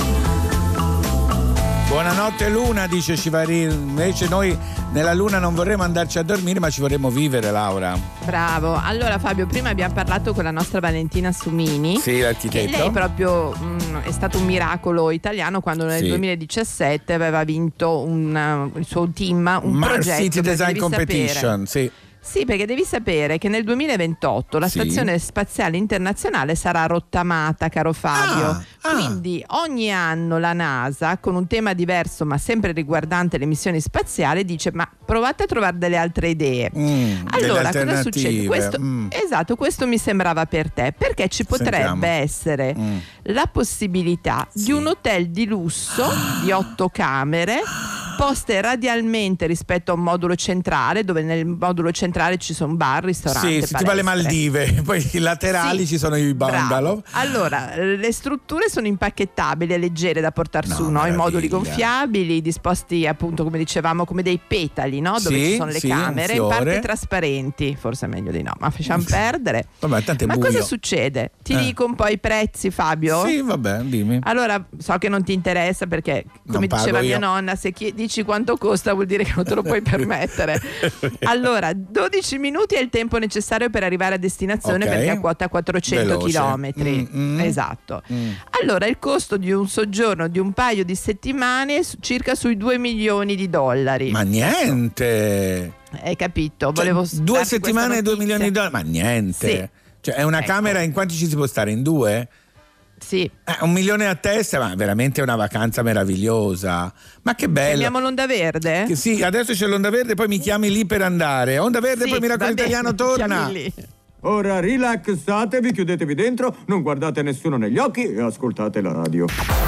Buonanotte Luna, dice Civari. Invece noi nella Luna non vorremmo andarci a dormire, ma ci vorremmo vivere, Laura. Bravo. Allora Fabio, prima abbiamo parlato con la nostra Valentina Sumini. Sì, E l'architetto. lei proprio mh, è stato un miracolo italiano quando nel Sì. duemiladiciassette aveva vinto un, uh, il suo team un Mars progetto. City perché Design devi Competition, sapere- sì. Sì, perché devi sapere che nel duemilaventotto la Sì. Stazione Spaziale Internazionale sarà rottamata, caro Fabio. Ah, ah. Quindi ogni anno la NASA, con un tema diverso ma sempre riguardante le missioni spaziali, dice: ma provate a trovare delle altre idee. Mm, Allora, delle cosa succede? alternative. Questo, Mm. Esatto, questo mi sembrava per te, perché ci potrebbe Sentiamo. essere Mm. la possibilità di un hotel di lusso di otto camere poste radialmente rispetto a un modulo centrale, dove nel modulo centrale ci sono bar, ristoranti, Sì, sì, tipo le Maldive, poi i laterali Sì, ci sono i bungalow. bravo. Allora, le strutture sono impacchettabili e leggere da portare No, su, no? I moduli meraviglia. gonfiabili, disposti appunto come dicevamo come dei petali, no? Dove Sì, ci sono le sì, un camere, in fiore. parte trasparenti, forse è meglio di no, ma facciamo perdere. Vabbè, tanto è Ma buio. cosa succede? Ti Eh. dico un po' i prezzi, Fabio? Sì, vabbè, dimmi. Allora, so che non ti interessa perché, come Non pago diceva io. mia nonna, se chi- dici quanto costa vuol dire che non te lo puoi permettere. Allora, dodici minuti è il tempo necessario per arrivare a destinazione, Ok. perché a quota quattrocento Veloce. chilometri. Mm, mm. Esatto. Mm. Allora, il costo di un soggiorno di un paio di settimane è su- circa sui due milioni di dollari. Ma niente. Hai capito? Cioè, Volevo due darti settimane e questa due milioni di notizia. dollari. Ma niente. Sì. Cioè, è una Ecco. camera, in quanti ci si può stare? In due? Sì. Eh, un milione a testa, ma veramente è una vacanza meravigliosa. Ma che bella. Chiamiamo l'Onda Verde? Che sì, adesso c'è l'Onda Verde, poi mi chiami lì per andare. Onda Verde, Sì, poi Miracolo va bene, Italiano mi torna. chiami lì. Ora rilassatevi, chiudetevi dentro, non guardate nessuno negli occhi e ascoltate la radio.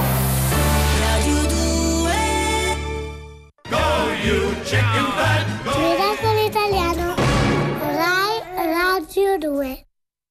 Miracolo Italiano, Rai Radio due.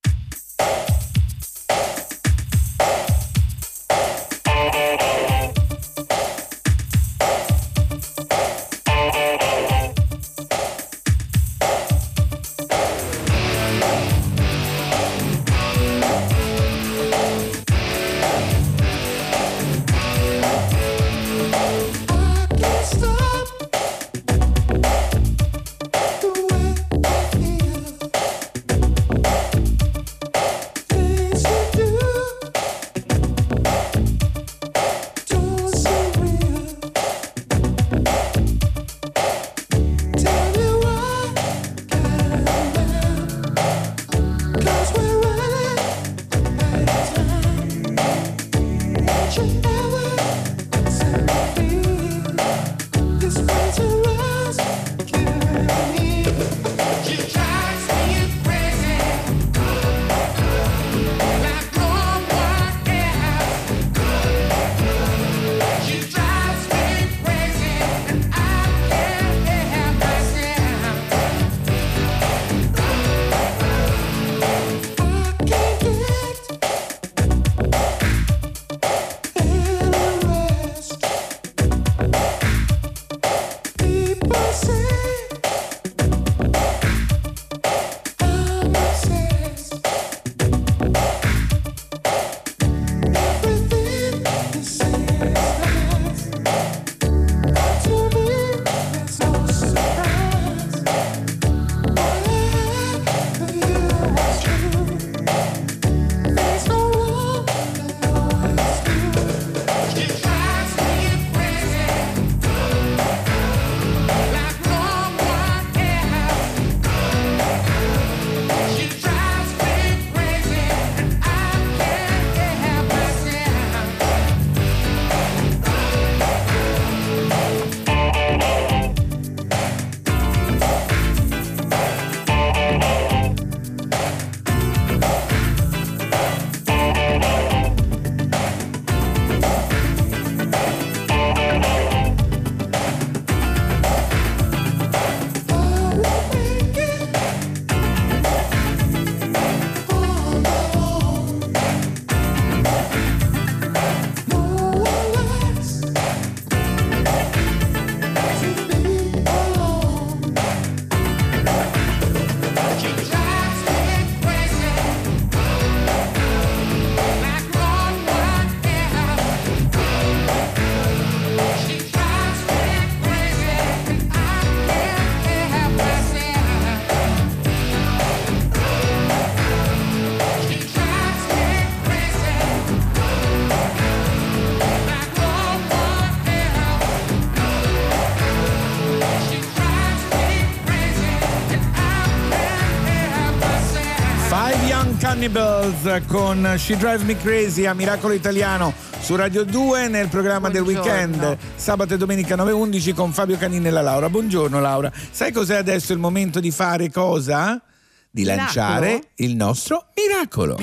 Cannibals con She Drives Me Crazy a Miracolo Italiano su Radio due nel programma Buongiorno. del weekend sabato e domenica nove e undici con Fabio Canini e la Laura. Buongiorno Laura, sai cos'è adesso il momento di fare cosa? Di Miracolo? lanciare il nostro miracolo.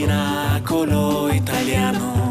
Miracolo Italiano.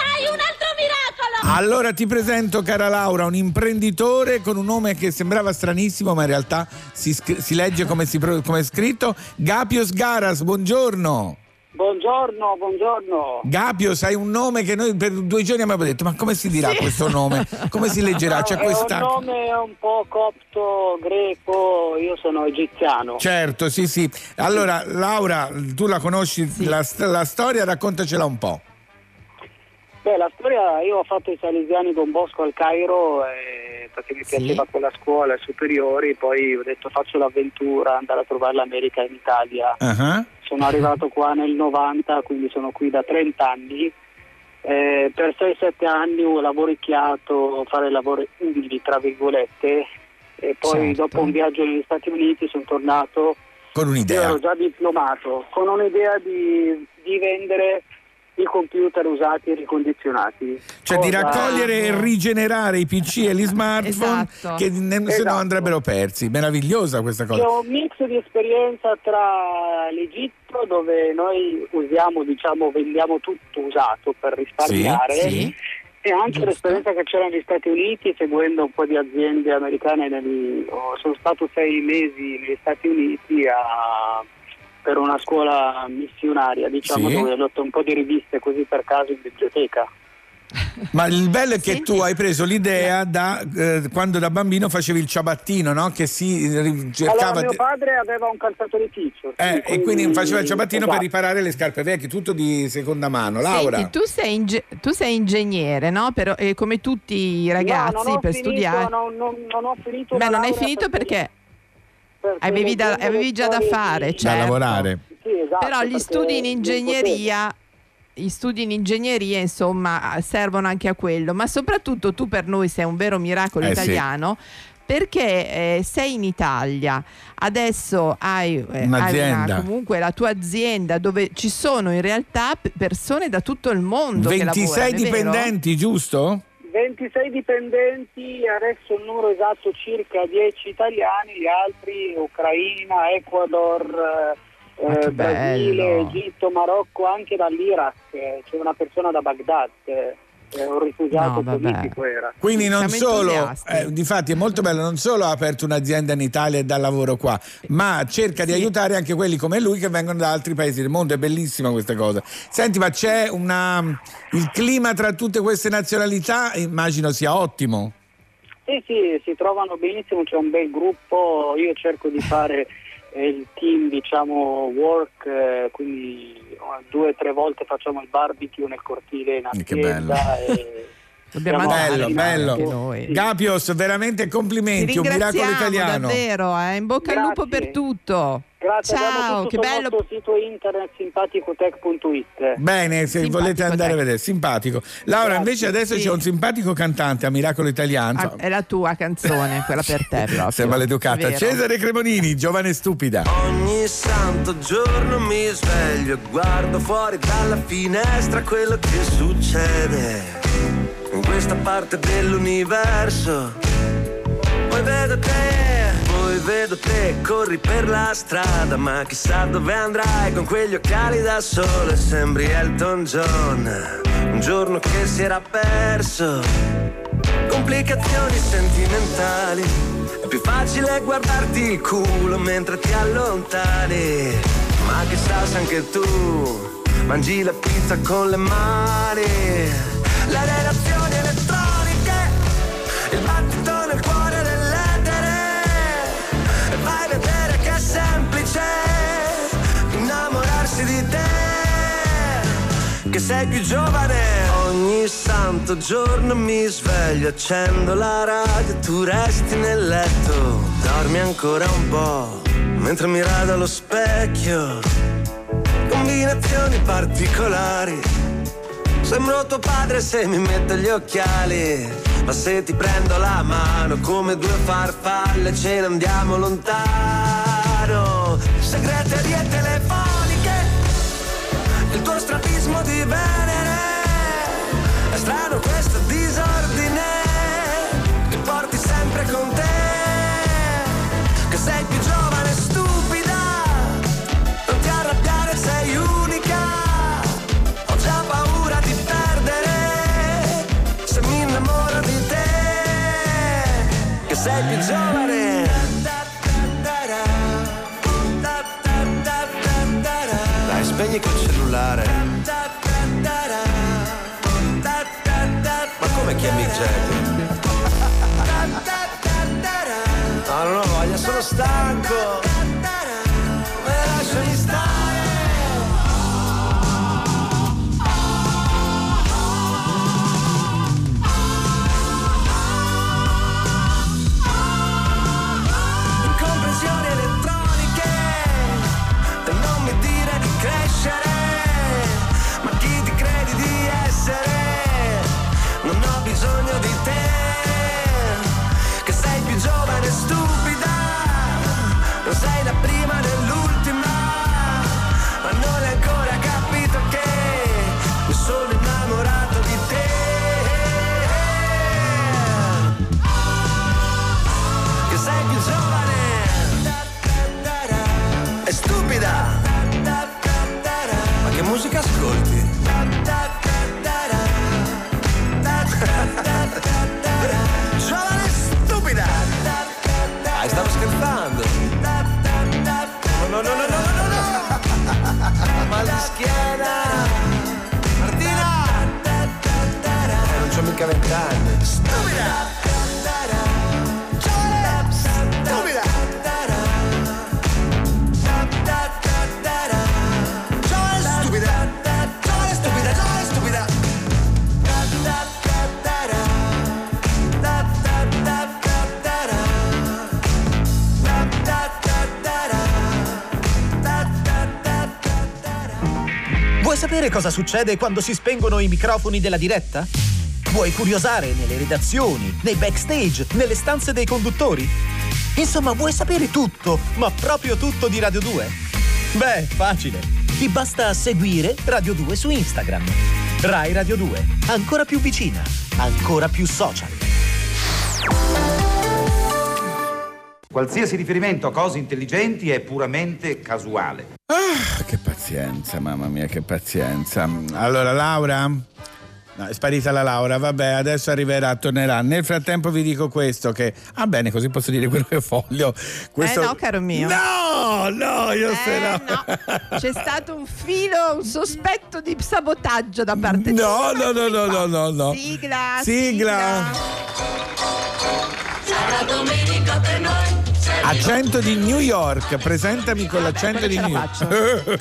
Allora ti presento, cara Laura, un imprenditore con un nome che sembrava stranissimo, ma in realtà si, scri- si legge come, si pro- come è scritto. Gapios Garas, buongiorno. Buongiorno, buongiorno. Gapios, hai un nome che noi per due giorni abbiamo detto, ma come si dirà Sì. questo nome? Come si leggerà? C'è È questa... un nome un po' copto, greco, io sono egiziano. Certo, sì, sì. Allora, Laura, tu la conosci, Sì. la, la storia, raccontacela un po'. Beh, la storia, io ho fatto i salesiani Don Bosco al Cairo eh, perché mi Sì. piaceva quella scuola, ai superiori, poi ho detto faccio l'avventura, andare a trovare l'America in Italia. Uh-huh. Sono arrivato qua nel novanta, quindi sono qui da trenta anni. Eh, per sei sette anni ho lavoricchiato, fare lavori umili, tra virgolette, e poi Certo. dopo un viaggio negli Stati Uniti sono tornato. Con Io un'idea. ero già diplomato, con un'idea di, di vendere il computer usati e ricondizionati. Cioè di Cosa- raccogliere e rigenerare i P C e gli smartphone Esatto. che ne- se no Esatto. andrebbero persi. Meravigliosa questa cosa. C'è un mix di esperienza tra l'Egitto, dove noi usiamo, diciamo, vendiamo tutto usato per risparmiare, Sì, sì. e anche Giusto. l'esperienza che c'era negli Stati Uniti, seguendo un po' di aziende americane. Nel, oh, sono stato sei mesi negli Stati Uniti a, per una scuola missionaria, diciamo, Sì. dove ho letto un po' di riviste così per caso in biblioteca. Ma il bello è che tu hai preso l'idea da eh, quando da bambino facevi il ciabattino, no? Che si ri- cercava Allora, mio di- padre aveva un calzatorificio. eh, sì, e quindi faceva il ciabattino esatto. per riparare le scarpe vecchie, tutto di seconda mano. Laura. Senti, tu sei, inge- tu sei ingegnere, no? Però, eh, come tutti i ragazzi No, non ho per finito, studiare. Non, non, non ho finito Beh, la non hai laurea finito perché perché avevi, da- leggendo avevi le già da storie fare, di- certo. Da lavorare. Sì, esatto, Però gli perché studi in non ingegneria, gli studi in ingegneria, insomma, servono anche a quello. Ma soprattutto tu per noi sei un vero miracolo Eh, sì. italiano. Perché eh, sei in Italia, adesso hai, eh, hai Un'azienda. una- comunque la tua azienda dove ci sono in realtà p- persone da tutto il mondo che ventisei lavorano, è vero? dipendenti, giusto? ventisei dipendenti, adesso il numero esatto circa dieci italiani, gli altri Ucraina, Ecuador, Ma eh, che Brasile, bello. Egitto, Marocco, anche dall'Iraq. eh, C'è una persona da Baghdad, eh, è un rifugiato No, vabbè. politico era. Quindi non Siamo solo, entusiasti. eh, difatti è molto bello, non solo ha aperto un'azienda in Italia e dà lavoro qua, ma cerca di Sì. aiutare anche quelli come lui che vengono da altri paesi del mondo. È bellissima questa cosa. Senti, ma c'è una il clima tra tutte queste nazionalità, immagino sia ottimo. Sì, sì, si trovano benissimo, c'è un bel gruppo, io cerco di fare eh, il team, diciamo, work, eh, quindi eh, due o tre volte facciamo il barbecue nel cortile in Che bello. azienda. E Dobbiamo siamo andare Bello, anche bello. noi. Gapios, veramente Ti complimenti, un miracolo ringraziamo italiano. davvero, eh. In bocca al lupo Grazie. per tutto. Grazie, abbiamo Ciao, tutto che sul bello. nostro sito internet simpaticotech punto it. Bene, se Simpatico volete andare te. a vedere, simpatico. Laura, Grazie, invece adesso sì. c'è un simpatico cantante a Miracolo Italiano. Ah, è la tua canzone, quella per te proprio. Sei maleducata. Vero. Cesare Cremonini, Giovane Stupida. Ogni santo giorno mi sveglio e guardo fuori dalla finestra quello che succede in questa parte dell'universo. Poi vedo te, poi vedo te, corri per la strada, ma chissà dove andrai con quegli occhiali da sole, sembri Elton John, un giorno che si era perso. Complicazioni sentimentali, è più facile guardarti il culo mentre ti allontani, ma chissà se anche tu mangi la pizza con le mani. Le relazioni elettroniche, il battito nel cuore dell'etere, e vai a vedere che è semplice innamorarsi di te, che sei più giovane. Ogni santo giorno mi sveglio, accendo la radio, tu resti nel letto, dormi ancora un po', mentre mi rado allo specchio, combinazioni particolari. Sembro tuo padre se mi metto gli occhiali, ma se ti prendo la mano come due farfalle ce ne andiamo lontano. Segreterie telefoniche, il tuo strabismo di Venere, è strano questo disordine che porti sempre con te, che sei più giovane e stupida, non ti arrabbiare, sei unica, ho già paura di perdere se mi innamoro di te, che sei più giovane. Dai, spegni quel cellulare. Ma come chiami Jerry? No, non ho voglia, sono stanco. Me lasciami stare. Incomprensioni elettroniche, non mi dire di crescere, ma chi ti credi di essere? Non ho bisogno di te, che sei più giovane e stupida, non sei Giovane stupida! Dai, stavo scherzando! No, no, no, no, no, no, no! Mal di schiena! Martina! Eh, non c'ho mica vent'anni! Stupida! Giovane! Stupida! Giovane stupida! Giovane stupida! Giovane stupida! Vuoi sapere cosa succede quando si spengono i microfoni della diretta? Vuoi curiosare nelle redazioni, nei backstage, nelle stanze dei conduttori? Insomma, vuoi sapere tutto, ma proprio tutto di Radio due? Beh, facile. Ti basta seguire Radio due su Instagram. Rai Radio due, ancora più vicina, ancora più social. Qualsiasi riferimento a cose intelligenti è puramente casuale. Ah, che pazienza, mamma mia, che pazienza. Allora, Laura? No, è sparita la Laura, vabbè, adesso arriverà, tornerà. Nel frattempo vi dico questo, che... Ah, bene, così posso dire quello che voglio. Questo... Eh no, caro mio. No, no, io eh, se no. no. C'è stato un filo, un sospetto di sabotaggio da parte no, tua. No, no, no, no, no, no. Sigla, sigla. Sarà domenica per noi. Accento di New York, presentami con Vabbè, l'accento di New York.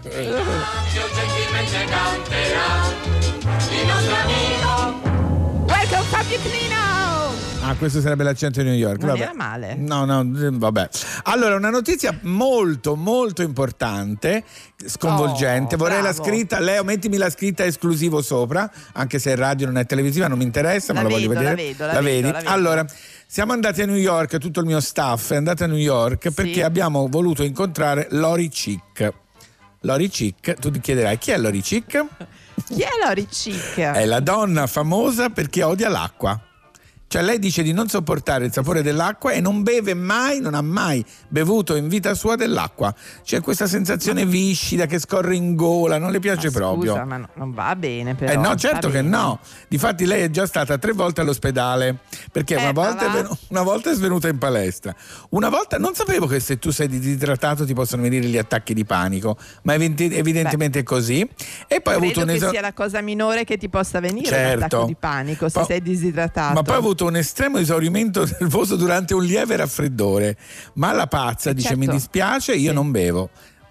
Il nostro amico. Welcome Fabio Clino. Ah, questo sarebbe l'accento di New York. Non vabbè. era male. No, no, vabbè. Allora, una notizia molto, molto importante, sconvolgente. Oh, Vorrei bravo. la scritta, Leo, mettimi la scritta esclusivo sopra, anche se è radio non è televisiva, non mi interessa, La ma la vedo, voglio vedere. la vedo, la la vedo, vedi? la vedo. Allora, siamo andati a New York, tutto il mio staff è andato a New York perché abbiamo voluto incontrare Lori Chick. Lori Chick, tu ti chiederai chi è Lori Chick? Chi è Lori Chick? È la donna famosa perché odia l'acqua. Cioè lei dice di non sopportare il sapore dell'acqua e non beve mai, non ha mai bevuto in vita sua dell'acqua. C'è questa sensazione viscida che scorre in gola, non le piace Ma proprio. Scusa, ma no- non va bene però. Eh no, sta certo che bene. no. Difatti lei è già stata tre volte all'ospedale perché Eh, una, ma volta è va. venu- una volta è svenuta in palestra. Una volta non sapevo che se tu sei disidratato ti possono venire gli attacchi di panico, ma eventi- evidentemente è così. E poi ha avuto Credo un che esame. sia la cosa minore che ti possa venire, Certo. un attacco di panico se Po- sei disidratato. Ma poi ha avuto un estremo esaurimento nervoso durante un lieve raffreddore. Ma la pazza dice: certo. mi dispiace, io non bevo.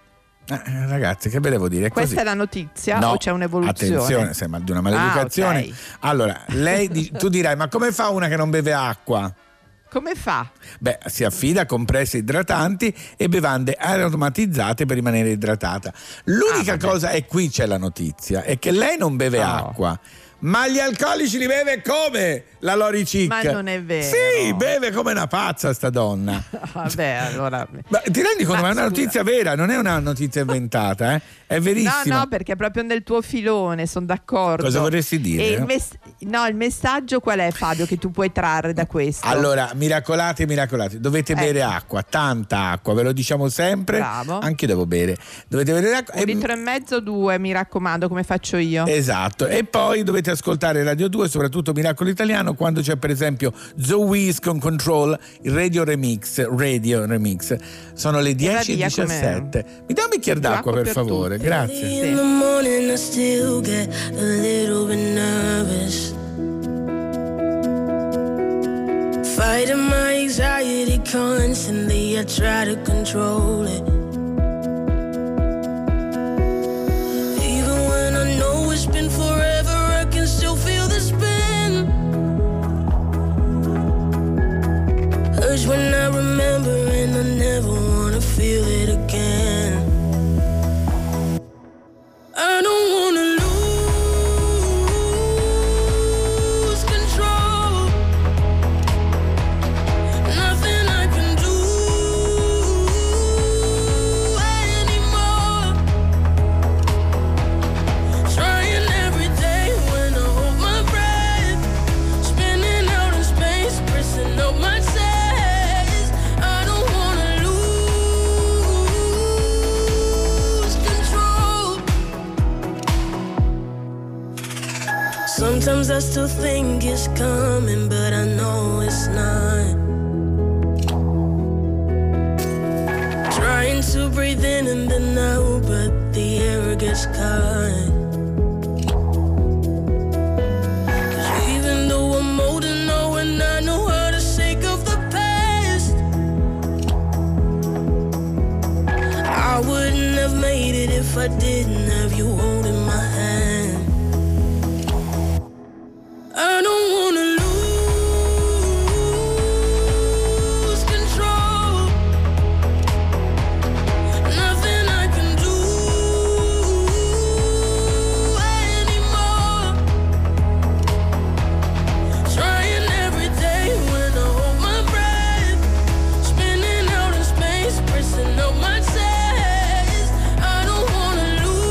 Eh, ragazzi, che ve devo dire? È Questa così. è la notizia No, o c'è un'evoluzione? attenzione, sembra di una maleducazione. Ah, ok. Allora, lei di- tu dirai: ma come fa una che non beve acqua? Come fa? Beh, si affida a compresse idratanti e bevande aromatizzate per rimanere idratata. L'unica Ah, cosa, e qui c'è la notizia, è che lei non beve Oh. acqua. Ma gli alcolici li beve come la Lori Chick? Ma non è vero. Sì, beve come una pazza sta donna. Vabbè, allora. Ma ti rendi conto? Ma, Ma è una scusa. notizia vera, non è una notizia inventata, eh? È verissima. No, no, perché è proprio nel tuo filone, sono d'accordo. Cosa vorresti dire? E il mess- no, il messaggio qual è, Fabio, che tu puoi trarre da questo? Allora, miracolati, miracolati, dovete bere Ecco. acqua, tanta acqua, ve lo diciamo sempre. Bravo. Anche io devo bere. Dovete bere acqua. Un e- litro e mezzo, due, mi raccomando, come faccio io. Esatto, e poi dovete ascoltare Radio due, soprattutto Miracolo Italiano, quando c'è per esempio Zoe Wiz con Control, il Radio Remix, Radio Remix. Sono le dieci e via diciassette. Mi dai un bicchiere d'acqua, per, per favore, tutti. grazie. In the morning I still get a little bit nervous. Fighting my anxiety constantly, I try to control it. Even when I know it's been forever, I can still feel the spin. Urge when I remember and I never wanna feel it again. I don't wanna lose control. Nothing I can do Sometimes I still think it's coming, but I know it's not. Trying to breathe in and then out, but the air gets caught. 'Cause even though I'm older now and I know how to shake off the past, I wouldn't have made it if I didn't have you holding my hand. I don't wanna lose control. Nothing I can do anymore. Trying every day when I hold my breath, spinning out in space, pressing out my chest. I don't wanna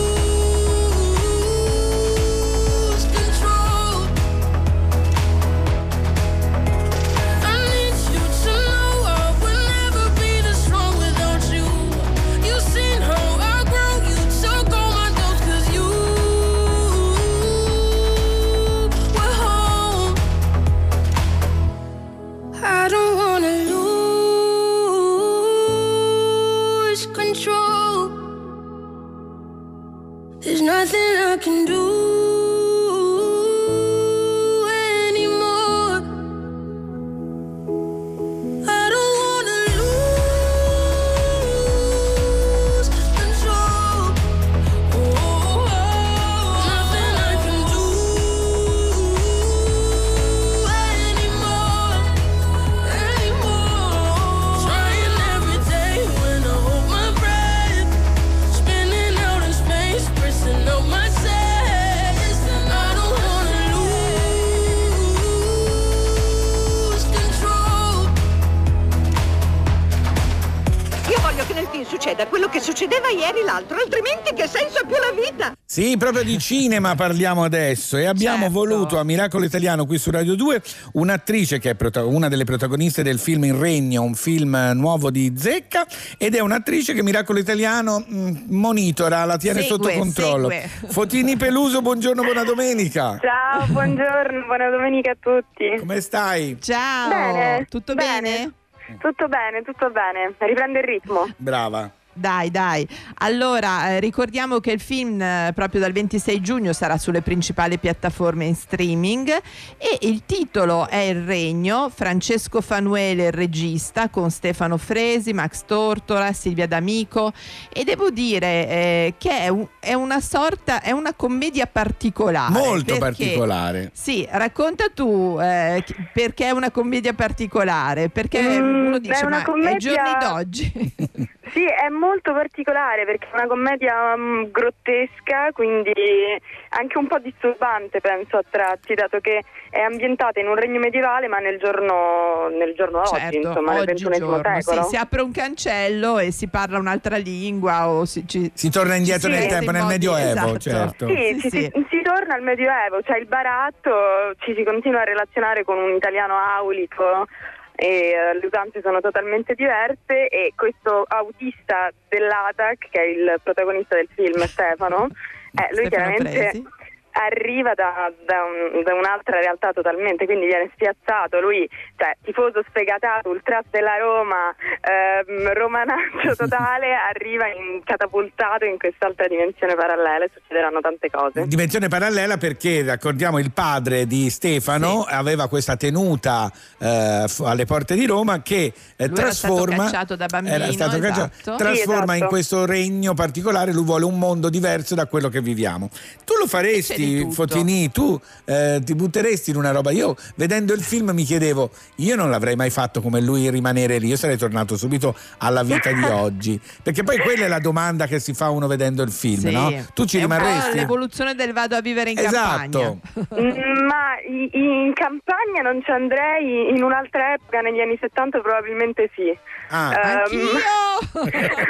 lose control. I need you to know I would never be this strong without you. You seen how I grow, you took all my doubts 'cause you were home. I don't wanna lose control. There's nothing I can do anymore. I don't wanna lose control. Oh, nothing I can do anymore, anymore. Trying every day when I hold my breath, spinning out in space, pressing out my chest. I don't wanna lose control. Io voglio che nel film succeda quello che succedeva ieri l'altro, altrimenti che senso ha più la vita? Sì, proprio di cinema parliamo adesso e abbiamo Certo. voluto a Miracolo Italiano qui su Radio due un'attrice che è prota- una delle protagoniste del film Il Regno, un film nuovo di Zecca, ed è un'attrice che Miracolo Italiano mh, monitora, la tiene Segue, sotto controllo. segue. Fotini Peluso, buongiorno, buona domenica. Ciao, buongiorno, buona domenica a tutti. Come stai? Ciao. Bene. Tutto bene? Tutto bene, tutto bene. Riprende il ritmo. Brava. Dai, dai. Allora, eh, ricordiamo che il film eh, proprio dal ventisei giugno sarà sulle principali piattaforme in streaming e il titolo è Il Regno. Francesco Fanuele, il regista, con Stefano Fresi, Max Tortora, Silvia D'Amico, e devo dire eh, che è, un- è una sorta, è una commedia particolare. Molto perché- particolare. Sì, racconta tu eh, chi- perché è una commedia particolare, perché Mm, uno è dice una ma commedia- ai giorni d'oggi. Sì, è molto particolare perché è una commedia mm, grottesca, quindi anche un po' disturbante penso a tratti, dato che è ambientata in un regno medievale ma nel giorno, nel giorno oggi, Certo, insomma, nel ventunesimo oggigiorno, secolo. sì, si apre un cancello e si parla un'altra lingua o si, ci- Si torna indietro ci si nel mette tempo, in nel modi- Medioevo, esatto. certo. Sì, Sì, si, sì. si- si torna al Medioevo, c'è il baratto, ci si continua a relazionare con un italiano aulico e eh, le usanze sono totalmente diverse, e questo autista dell'A T A C, che è il protagonista del film, Stefano, eh, lui Stefano chiaramente Fresi. arriva da, da un- da un'altra realtà totalmente, quindi viene spiazzato. Lui, cioè, tifoso sfegatato, ultras della Roma, ehm, romanaccio totale, arriva in, catapultato in quest'altra dimensione parallela e succederanno tante cose. Dimensione parallela perché, ricordiamo, il padre di Stefano aveva questa tenuta eh, f- alle porte di Roma che eh, Lui era stato trasforma cacciato da bambino, era stato cacciato, esatto. trasforma Sì, in esatto. questo regno particolare. Lui vuole un mondo diverso da quello che viviamo. Tu lo C'è faresti, di tutto. Fotini? Tu eh, ti butteresti in una roba? Io vedendo il film mi chiedevo, io non l'avrei mai fatto come lui, rimanere lì. Io sarei tornato subito alla vita di oggi, perché poi quella è la domanda che si fa uno vedendo il film, Sì. no? Tu ci È un po' rimarresti? l'evoluzione del vado a vivere in Esatto. campagna. Mm, Ma i- in campagna non ci andrei, in un'altra epoca, negli anni settanta probabilmente sì. Ah. Ehm, Anch'io!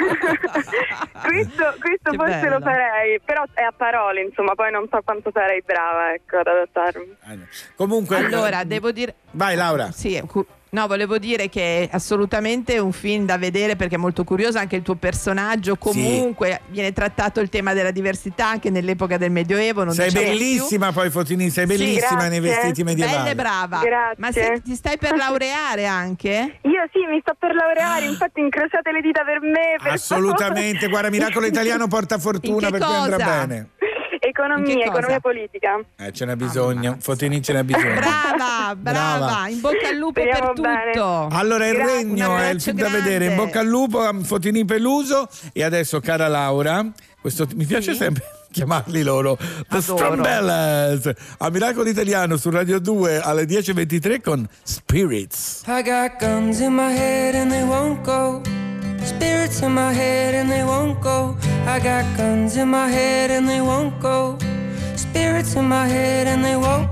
questo questo Che forse bello. lo farei, però è a parole, insomma, poi non so quanto sarei brava, ecco, ad adattarmi. Comunque Allora, devo dire... vai Laura. Sì, cu- No, volevo dire che è assolutamente un film da vedere perché è molto curioso anche il tuo personaggio. Comunque sì. viene trattato il tema della diversità anche nell'epoca del Medioevo. Non sei diciamo bellissima più. Poi Fotini, sei bellissima sì, nei vestiti medievali. Bella e brava. Grazie. Ma se, ti stai per laureare anche? Io sì, mi sto per laureare, infatti incrociate le dita per me. Per Assolutamente, favore. guarda, Miracolo Italiano porta fortuna per cui andrà bene. Economia, economia politica. Eh, ce n'è bisogno, Fotini ce n'è bisogno. Brava, brava, brava, in bocca al lupo Speriamo per bene. tutto. Allora il Grazie, Regno è il film da vedere, in bocca al lupo a Fotini Peluso. E adesso, cara Laura, questo mi piace Sì. sempre chiamarli loro The Adoro. Strombellas a Miracolo Italiano su Radio due alle dieci e ventitré con Spirits. I got guns in my head and they won't go. Spirits in my head and they won't go. I got guns in my head and they won't go. Spirits in my head and they won't.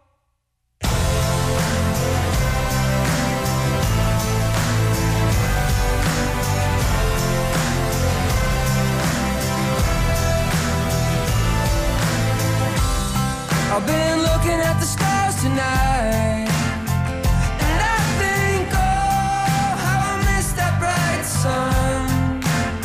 I've been looking at the stars tonight, and I think, oh, how I miss that bright sun.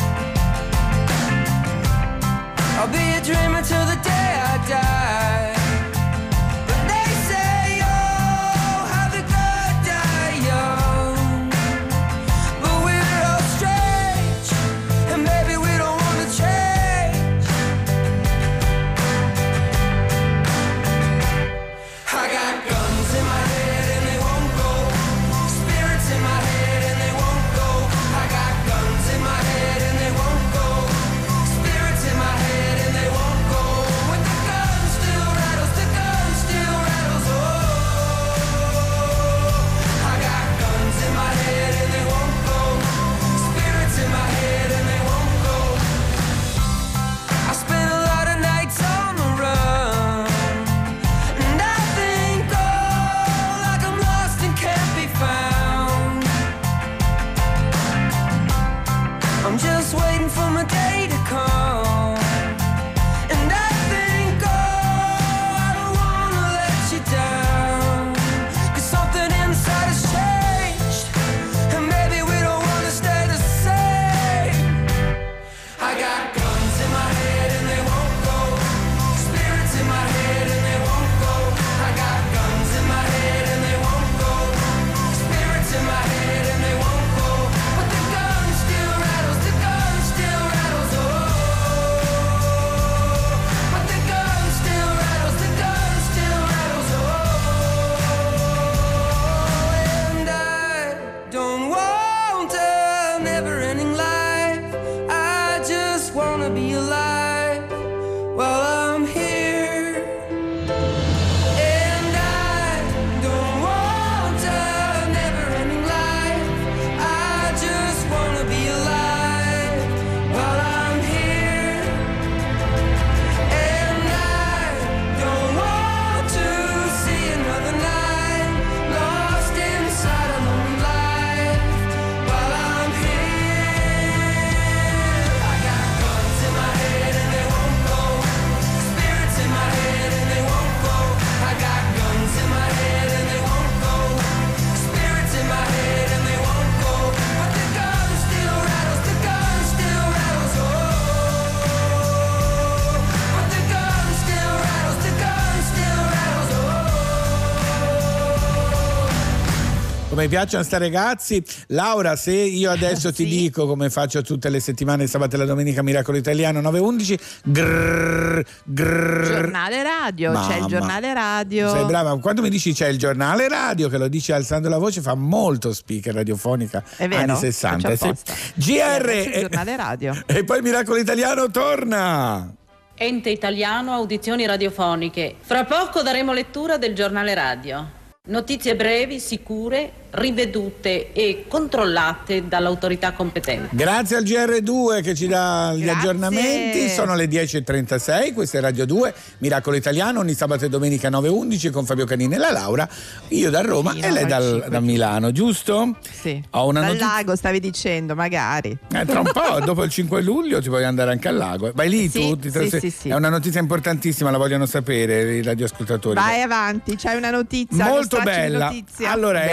I'll be a dreamer till the day I die. But they say, oh, how the good die young. But we're all strange, and maybe we don't want to change. I got guns in my head and they won't go. Spirits in my head and they won't go. I got guns in my head and they won't go. Spirits in my head and they won't go. When the gun still rattles, the gun still rattles. Oh, I got guns in my head and they won't go. Spirits in my head and they won't go. I spent a lot of nights on the run, and I think, oh, like I'm lost and can't be found. I'm just waiting for my day to come, and I think, oh, I don't wanna let you down. 'Cause something inside has changed, and maybe we don't wanna stay the same. I got guns in my head and they won't go. Spirits in my head and they won't go. I got guns in my head and they won't go. Spirits in my head and they won't go. But the gun still rattles, the gun still rattles. Oh, but the gun still rattles, the gun still rattles. Oh, and I don't want a never-ending life. I just wanna be alive while I'm here. And I don't want a never-ending life. I just wanna be alive while I'm here. And I don't want to see another night lost inside a lonely life while I'm here. I got guns in my head and they won't go. Spirits in my head and they won't go. I got guns in my head and they won't go. Spirits in my head and they won't go. But the gun still rattles, the gun still rattles. Oh, but the gun still rattles, the gun still rattles. Oh. Come piacciono sta ragazzi. Laura, se io adesso ti dico, come faccio tutte le settimane, il sabato e la domenica, Miracolo Italiano nove undici, grrr, grrr. Giornale radio, c'è il Mamma. giornale radio. Sei brava, quando mi dici c'è il giornale radio, che lo dici alzando la voce, fa molto speaker radiofonica. È vero, anni sessanta. faccio Sì. apposta. G R Adesso il e, giornale radio. e poi Miracolo Italiano torna. Ente Italiano Audizioni Radiofoniche. Fra poco daremo lettura del giornale radio. Notizie brevi, sicure, rivedute e controllate dall'autorità competente. Grazie al G R due che ci dà gli Grazie. aggiornamenti. Sono le dieci e trentasei, questa è Radio due, Miracolo Italiano, ogni sabato e domenica nove undici con Fabio Canini e la Laura, io da Roma Sì, e lei no, dal- cinque. da Milano, giusto? Sì. Ho una Dal notizia. lago stavi dicendo, magari. Eh, tra un po', dopo il cinque luglio ti puoi andare anche al lago. Vai lì Sì, tu? Ti sì, trasfer- sì, sì. È una notizia importantissima, la vogliono sapere i radioascoltatori. Vai avanti, c'hai una notizia. Molto lo straccio di bella. notizia. Allora è il Bella.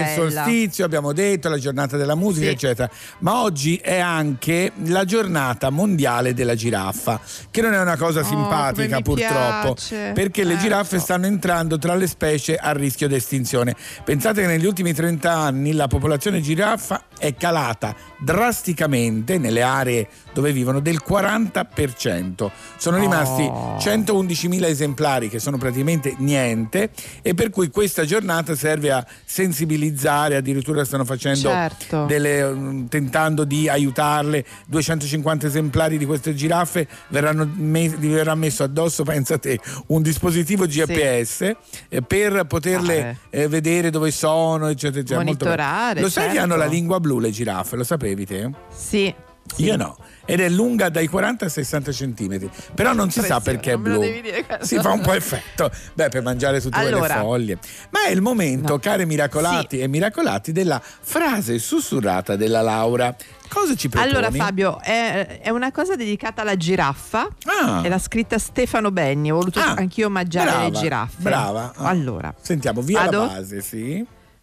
l'armistizio, abbiamo detto, la giornata della musica, Sì. eccetera. Ma oggi è anche la giornata mondiale della giraffa, che non è una cosa simpatica, come mi purtroppo, piace. perché le Certo. giraffe stanno entrando tra le specie a rischio di estinzione. Pensate che negli ultimi trenta anni la popolazione giraffa è calata drasticamente nelle aree dove vivono del quaranta per cento. Sono rimasti Oh. centoundicimila esemplari, che sono praticamente niente, e per cui questa giornata serve a sensibilizzare, addirittura stanno facendo Certo. delle, um, tentando di aiutarle. duecentocinquanta esemplari di queste giraffe verranno me- gli verrà messo addosso, pensate, un dispositivo G P S eh, per poterle eh, vedere dove sono, eccetera, eccetera. Molto bello. Monitorare, Lo sai che certo. hanno la lingua blu le giraffe, lo sapevi te? Sì. Io no, ed è lunga dai quaranta ai sessanta centimetri, però non si sa perché è non me lo blu. devi dire, cazzo. Si fa un po' effetto, beh, per mangiare tutte quelle Allora. foglie. Ma è il momento, No. care miracolati Sì. e miracolati, della frase sussurrata della Laura. Cosa ci proponi? Allora Fabio, è, è una cosa dedicata alla giraffa. Ah. È la scritta Stefano Benni. Ho voluto Ah, anch'io omaggiare brava, le giraffe. brava. Ah. Allora, Sentiamo, via vado? la base, sì.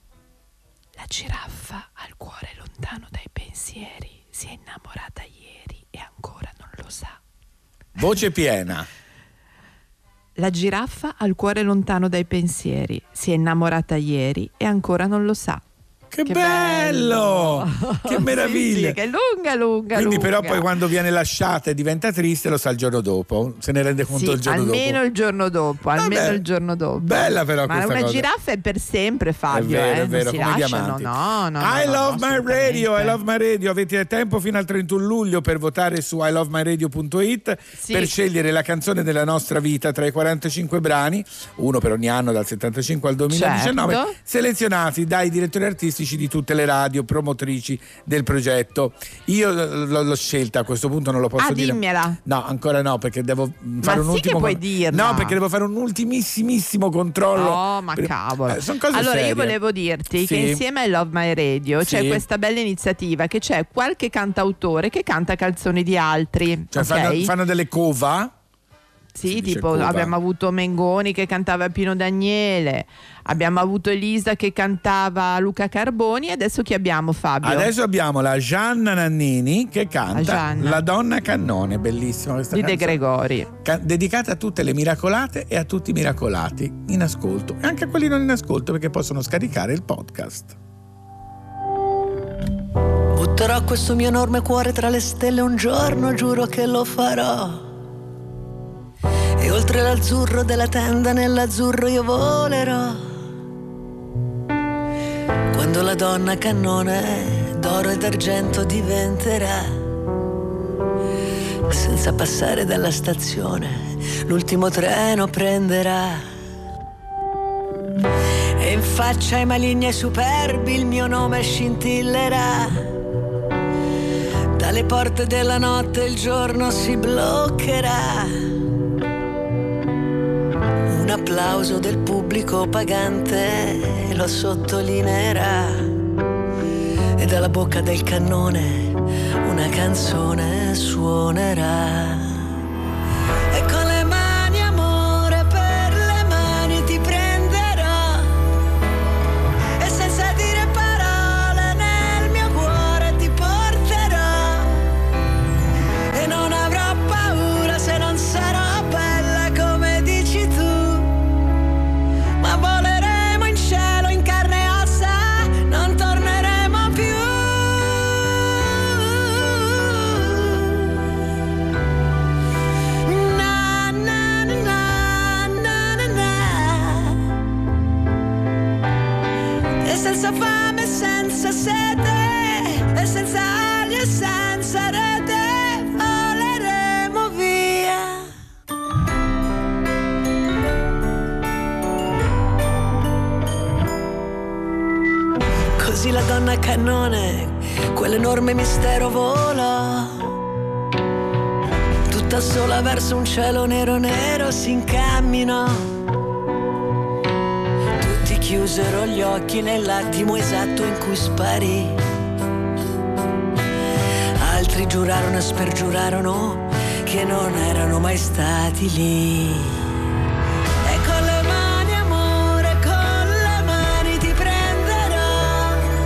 La giraffa ha il cuore lontano dai pensieri. Si è innamorata ieri e ancora non lo sa. Voce piena. La giraffa ha il cuore lontano dai pensieri. Si è innamorata ieri e ancora non lo sa. Che, bello! Che meraviglia! Sì, sì, che lunga, lunga, Quindi lunga. però poi quando viene lasciata e diventa triste lo sa il giorno dopo, se ne rende conto Sì, il giorno almeno dopo. il giorno dopo, almeno Vabbè, il giorno dopo. bella però Ma questa una cosa. giraffa è per sempre, Fabio. È vero, eh, è vero, non si come i lasciano. diamanti. No, no, no, I no, love no, my radio, I assolutamente. love my radio. Avete tempo fino al trentuno luglio per votare su i love my radio punto it Sì. per scegliere la canzone della nostra vita tra i quarantacinque brani, uno per ogni anno dal settantacinque al duemiladiciannove, Certo. selezionati dai direttori artistici di tutte le radio promotrici del progetto. Io l- l'ho scelta, a questo punto non lo posso Ah, dire. dimmela. No, ancora no, perché devo mm, fare un sì ultimo che puoi con- dirla. No, perché devo fare un ultimissimissimo controllo. Oh, ma Per- cavolo. Eh, son cose allora serie. io volevo dirti Sì. che insieme a I Love My Radio c'è Sì. questa bella iniziativa, che c'è qualche cantautore che canta canzoni di altri. Cioè ok? fanno, fanno delle cova. Sì, Si dice tipo cova. abbiamo avuto Mengoni che cantava Pino Daniele, abbiamo avuto Elisa che cantava Luca Carboni, e adesso chi abbiamo, Fabio? Adesso abbiamo la Gianna Nannini che canta Gianna. La donna cannone, bellissima questa Di De canzone. Gregori. Ca- dedicata a tutte le miracolate e a tutti i miracolati in ascolto, e anche a quelli non in ascolto, perché possono scaricare il podcast. Butterò questo mio enorme cuore tra le stelle un giorno, giuro che lo farò. E oltre l'azzurro della tenda, nell'azzurro io volerò. Quando la donna cannone d'oro ed argento diventerà, senza passare dalla stazione, l'ultimo treno prenderà. E in faccia ai maligni e superbi il mio nome scintillerà. Dalle porte della notte il giorno si bloccherà. Un applauso del pubblico pagante lo sottolineerà. E dalla bocca del cannone una canzone suonerà. E con le mani, amore, per le mani ti prenderò. E senza dire parole nel mio cuore ti porterò. E non avrò paura se non sarò bella come dici tu. Ma voleremo in cielo in carne e ossa, non torneremo più. Na, na, na, na, na, na. E senza fame, senza sete, e senza ali e senza rete, voleremo via. Così la donna cannone, quell'enorme mistero volò, tutta sola verso un cielo nero nero si incamminò. Tutti chiusero gli occhi nell'attimo esatto in cui sparì. Altri giurarono e spergiurarono che non erano mai stati lì. E con le mani, amore, con le mani ti prenderò.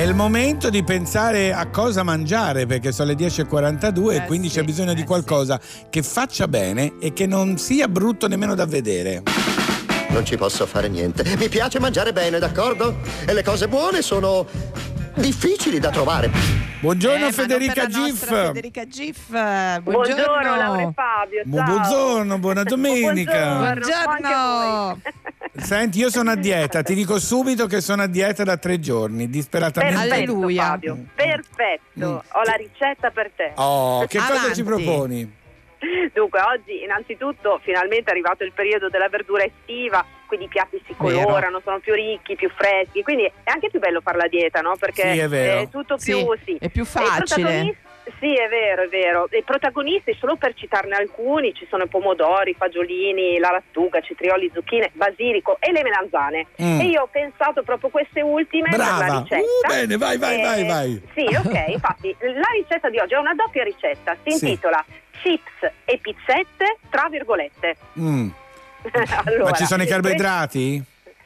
il momento di pensare a cosa mangiare, perché sono le dieci e quarantadue Eh, e quindi sì, c'è bisogno di eh, qualcosa che faccia bene e che non sia brutto nemmeno da vedere. Non ci posso fare niente. Mi piace mangiare bene, d'accordo? E le cose buone sono difficili da trovare. Buongiorno Eh, ma non Federica per la nostra Gif. Federica Gif. Buongiorno. Buongiorno Laura e Fabio, Bu- ciao. Buongiorno, buona domenica. Buongiorno. Senti, io sono a dieta, ti dico subito che sono a dieta da tre giorni, disperatamente. Perfetto, Alleluia. Fabio, perfetto. Ho la ricetta per te. Oh, che cosa Avanti. ci proponi? Dunque, oggi innanzitutto finalmente è arrivato il periodo della verdura estiva, quindi i piatti si colorano, sono più ricchi, più freschi, quindi è anche più bello fare la dieta, no? Perché Sì, è vero. tutto più Sì, sì. è più E i facile. protagonisti- Sì, è vero, è vero. I protagonisti, solo per citarne alcuni, ci sono i pomodori, i fagiolini, la lattuga, cetrioli, zucchine, basilico e le melanzane. Mm. E io ho pensato proprio queste ultime per la Brava. ricetta. Uh, bene, vai, vai, Eh, vai, vai. Sì, ok, infatti la ricetta di oggi è una doppia ricetta, si Sì. intitola chips e pizzette, tra virgolette. Mm. Allora, Ma ci sono i carboidrati?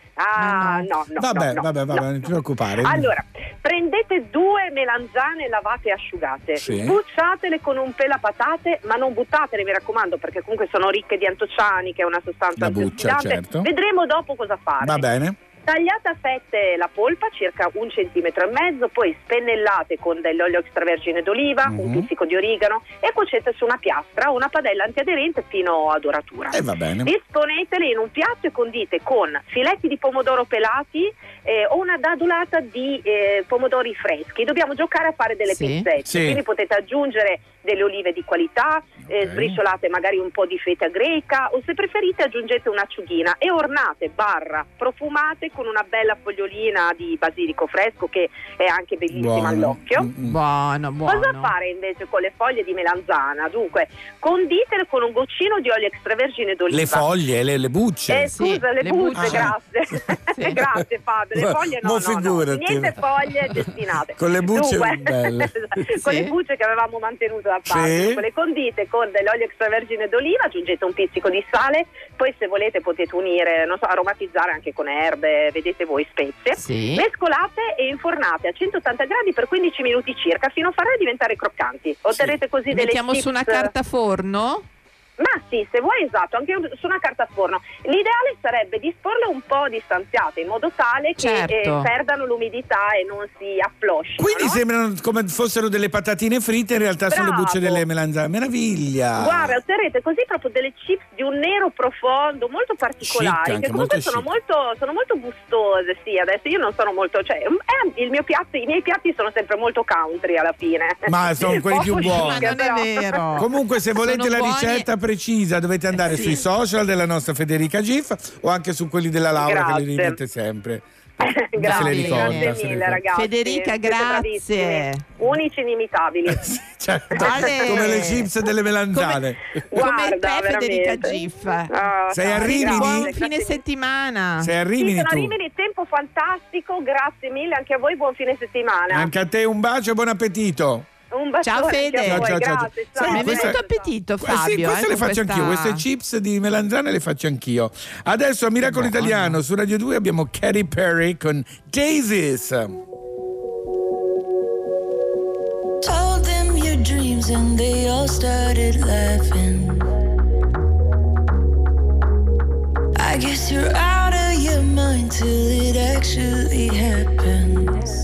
Ah, no, no. vabbè, no, no, vabbè, vabbè, no. non ti preoccupare. Allora, prendete due melanzane lavate e asciugate, Sì. bucciatele con un pelapatate, ma non buttatele, mi raccomando, perché comunque sono ricche di antociani, che è una sostanza La buccia, antiossidante. certo. Vedremo dopo cosa fare. Va bene. Tagliate a fette la polpa, circa un centimetro e mezzo, poi spennellate con dell'olio extravergine d'oliva, Mhm. un pizzico di origano e cuocete su una piastra o una padella antiaderente fino a doratura. E va bene. Disponeteli in un piatto e condite con filetti di pomodoro pelati eh, o una dadulata di eh, pomodori freschi. Dobbiamo giocare a fare delle Sì. pizzette, Sì. quindi potete aggiungere delle olive di qualità, eh, Ok. sbriciolate magari un po' di feta greca o se preferite aggiungete un'acciughina e ornate barra profumate con una bella fogliolina di basilico fresco che è anche bellissima Buono. all'occhio. Mm-mm. Buono, buono. Cosa fare invece con le foglie di melanzana? Dunque, conditele con un goccino di olio extravergine d'oliva. Le foglie, le, le bucce. Eh, scusa, Sì, le, le bucce, bucce. grazie. Sì. Grazie Fabio, le Ma- foglie no, mo no, no, figurati. niente foglie destinate. Con le bucce Dunque, belle. con Sì. le bucce che avevamo mantenuto da parte. Sì. Dunque, le condite con dell'olio extravergine d'oliva, aggiungete un pizzico di sale, poi se volete potete unire, non so, aromatizzare anche con erbe, vedete voi, spezie. Sì. Mescolate e infornate a centottanta gradi per quindici minuti circa fino a farle diventare croccanti. Otterrete così delle Mettiamo su una chips- carta forno? Ma sì, se vuoi, esatto, anche un- su una carta forno. L'ideale sarebbe disporle un po' distanziate in modo tale che Certo. eh, perdano l'umidità e non si affloscino. Quindi no? sembrano come fossero delle patatine fritte, in realtà sono le Bravo. bucce delle melanzane. Meraviglia! Guarda, otterrete così proprio delle chips di un nero profondo, molto particolari, Chic, anche che comunque molto sono chic. molto, sono molto gustose. Sì, adesso io non sono molto, cioè, eh, il mio piatto, i miei piatti sono sempre molto country alla fine. Ma sono quelli più Poco buoni. chic, Ma non è però. vero. Comunque, se volete Sono la buoni. ricetta precisa, dovete andare Sì. sui social della nostra Federica Gif o anche su quelli della Laura, che Grazie. li rimette sempre. Se le Grazie, ricorda, grazie se le mille ricorda. ragazzi. Federica, Siete grazie. bravissimi. Unici inimitabili. Certo, Ale. come le chips delle melanzane. Come te, Guarda, Federica veramente. Gif. Ah, Sei a grazie, Rimini? Buon grazie. fine settimana. Sei a Sì, Rimini sono a tu. Rimini, tempo fantastico, grazie mille, anche a voi buon fine settimana. Anche a te un bacio e buon appetito. Un bacione Ciao, anche Fede. a voi, Ciao, ciao, ciao. grazie, Sai, ciao. Mi è questa- venuto appetito, Eh Fabio. sì, queste eh, le con faccio anch'io, questa- queste chips di melanzane le faccio anch'io. Adesso a Miracolo Buono. Italiano su Radio due abbiamo Katy Perry con Daisies. Told them your dreams and they all started laughing. I guess you're out of your mind till it actually happens.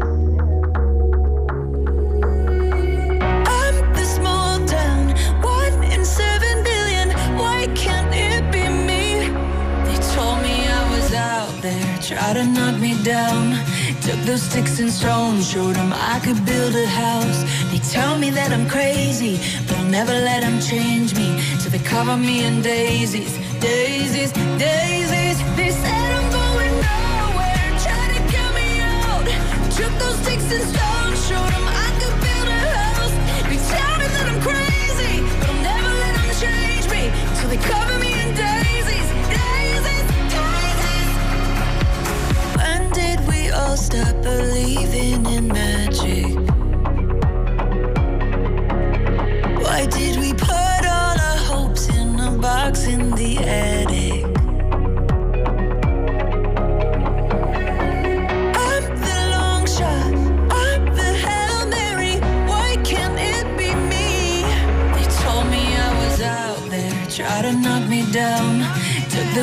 I'm the small town, one in seven billion. Why can't it be me? They told me I was out there, tried to knock me down. Took those sticks and stones, showed them I could build a house. They tell me that I'm crazy, but I'll never let them change me. So they cover me in daisies, daisies, daisies. They said I'm going nowhere, try to get me out. Took those sticks and stones, showed them I could build a house. They tell me that I'm crazy, but I'll never let them change me. So they cover me in daisies, daisies, daisies. When did we all stop believing in magic? Why did we put all our hopes in a box in the attic? I'm the long shot,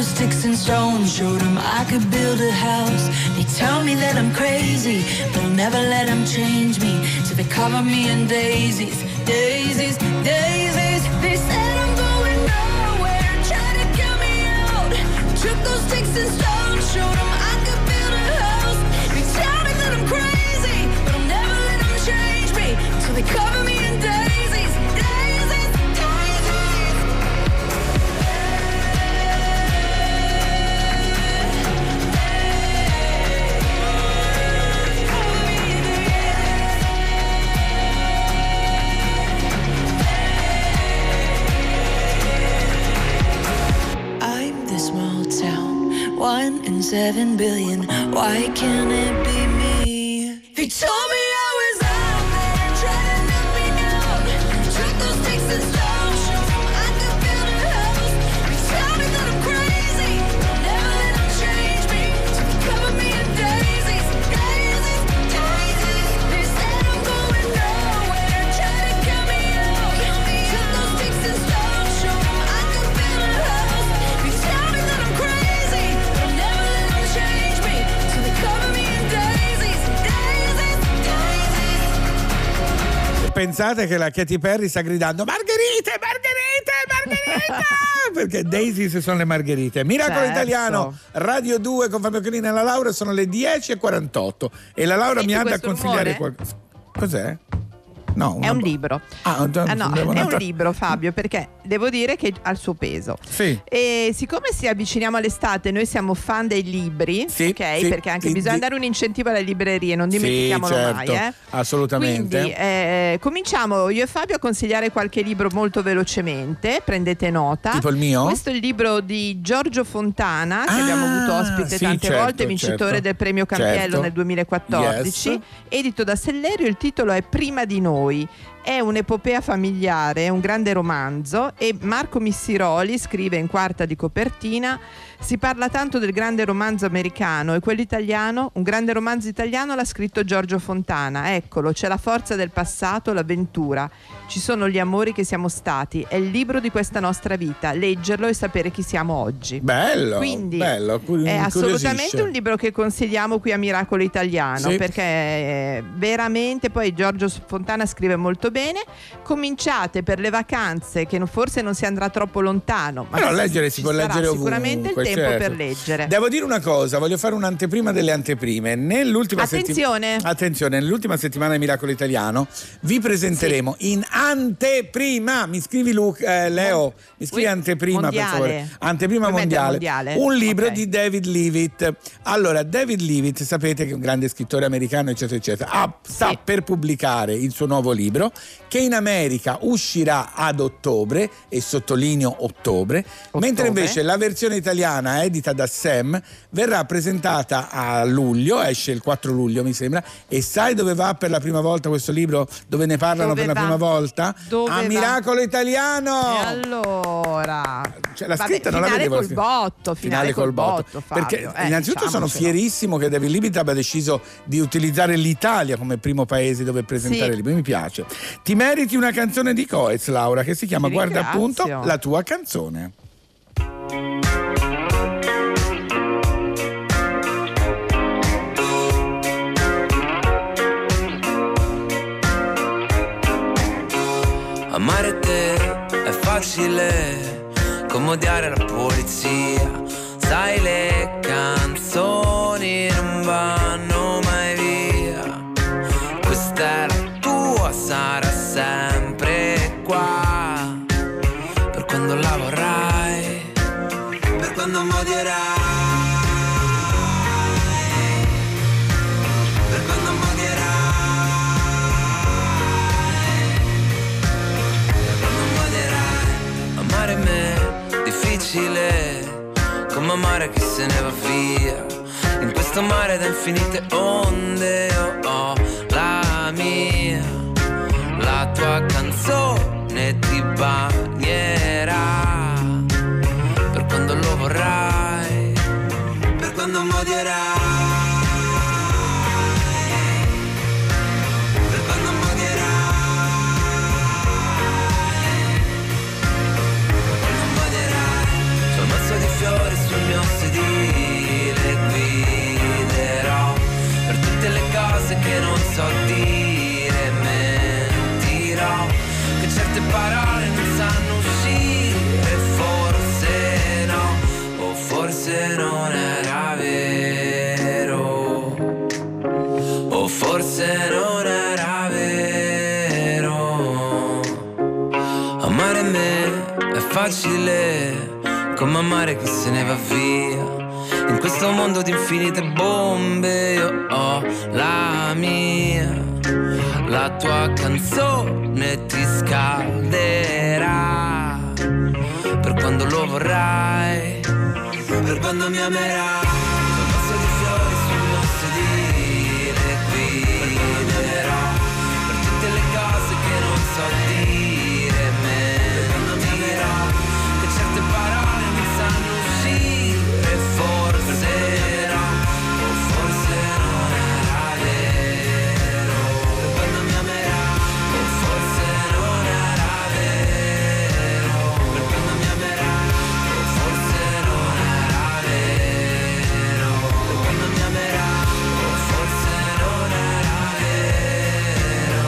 those sticks and stones, showed them I could build a house. They tell me that I'm crazy, but I'll never let them change me. So they cover me in daisies, daisies, daisies. They said I'm going nowhere, trying to get me out. Took those sticks and stones, showed them I could build a house. They tell me that I'm crazy, but I'll never let them change me. So they cover me in daisies, daisies, daisies. I'm this small town, one in seven billion. Why can't it be me? They told me I was out there trying to knock me down. Took those sticks and stones, showed them I could build a house. They tell me that I'm crazy, but I'll never let them change me. So they cover me in daisies, daisies, daisies. They said I'm going nowhere, trying to get me out. Took those sticks and stones, showed them I could build a house. They tell me that I'm crazy, but I'll never let them change me. So they cover me in daisies, daisies, daisies. Pensate che la Katy Perry sta gridando margherite, margherite, margherite perché Daisy sono le margherite. Miracolo Certo. Italiano, Radio due con Fabio Canini e la Laura, sono le dieci e quarantotto e la Laura Senti mi ha da questo consigliare rumore? qualcosa. Cos'è? No, È una- un libro. Ah, già- Ah, no, devo è un andare- libro, Fabio, perché devo dire che ha il suo peso. Sì. E siccome si avviciniamo all'estate, noi siamo fan dei libri, Sì, ok? sì, Perché anche sì, bisogna sì. dare un incentivo alle librerie, non Sì, dimentichiamolo certo, mai, eh? assolutamente. Quindi eh, cominciamo io e Fabio a consigliare qualche libro molto velocemente, prendete nota. Tipo il mio? Questo è il libro di Giorgio Fontana, che Ah, abbiamo avuto ospite sì, tante certo, volte, vincitore certo. del premio Campiello Certo. nel duemilaquattordici, Yes. edito da Sellerio. Il titolo è Prima di noi. È un'epopea familiare, è un grande romanzo e Marco Missiroli scrive in quarta di copertina: si parla tanto del grande romanzo americano e quello italiano, un grande romanzo italiano l'ha scritto Giorgio Fontana. Eccolo, c'è la forza del passato, l'avventura, ci sono gli amori che siamo stati, è il libro di questa nostra vita, leggerlo e sapere chi siamo oggi. Bello, Quindi bello, cu- è assolutamente incuriosisce. un libro che consigliamo qui a Miracolo Italiano, Sì. perché eh, veramente poi Giorgio Fontana scrive molto bene. Cominciate per le vacanze, che non- forse non si andrà troppo lontano, ma Però ci- leggere si ci può sarà leggere sicuramente ovunque, il tempo certo. per leggere. Devo dire una cosa, voglio fare un'anteprima delle anteprime. Nell'ultima Attenzione. settimana Attenzione, nell'ultima settimana di Miracolo Italiano vi presenteremo in anteprima, mi scrivi Luca, eh, Leo, mi scrivi Ui, anteprima mondiale. per favore. Anteprima Puoi mettere mondiale. mondiale? Un libro Ok. di David Leavitt. Allora, David Leavitt, sapete che è un grande scrittore americano, eccetera, eccetera. Ah, sta Sì. per pubblicare il suo nuovo libro, che in America uscirà ad ottobre, e sottolineo ottobre, mentre invece la versione italiana edita da Sam verrà presentata a luglio, esce il quattro luglio mi sembra. E sai dove va per la prima volta questo libro? Dove ne parlano Dove per la va? prima volta? Dove a va? Miracolo Italiano! E allora, Cioè, la Vabbè, scritta non la finale vedevo. col botto, finale col botto, Fabio. Perché Eh, innanzitutto sono diciamocelo. fierissimo che David Leavitt abbia deciso di utilizzare l'Italia come primo paese dove presentare Sì. il libro. Mi piace. Ti meriti una canzone di Coez, Laura, che si chiama Ti Guarda ringrazio. appunto la tua canzone. Amare te è facile come odiare la polizia. Sai, le canzoni non vanno mai via. Questa è la tua, sarà sempre qua. Per quando la vorrai, per quando mi odierai, per quando mi odierai. Amare me, difficile, come amare chi se ne va via. In questo mare da infinite onde io ho la mia. La tua canzone ti bagnerà. Per quando lo vorrai, per quando mi odierai. Per quando mi odierai. Sul mazzo di fiori, sul cose che non so dire, mentirò che certe parole non sanno uscire, forse no, o forse non era vero, o forse non era vero. Amare me è facile come amare chi se ne va via. In questo mondo di infinite bombe io ho la mia. La tua canzone ti scalderà per quando lo vorrai, per quando mi amerai. Un passo di fiori sul mio sedile qui guiderò per tutte le cose che non so dire, mentirò che certe parole non sanno uscire, forse no, o forse non era vero, per quando mi amerai, o forse non era vero, per quando mi amerai, o forse non era vero, per quando mi amerai, o forse non era vero.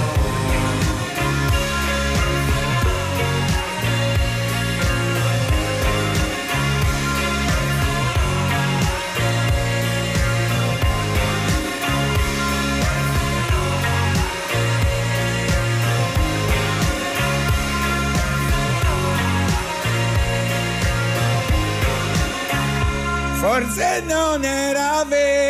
Forse non era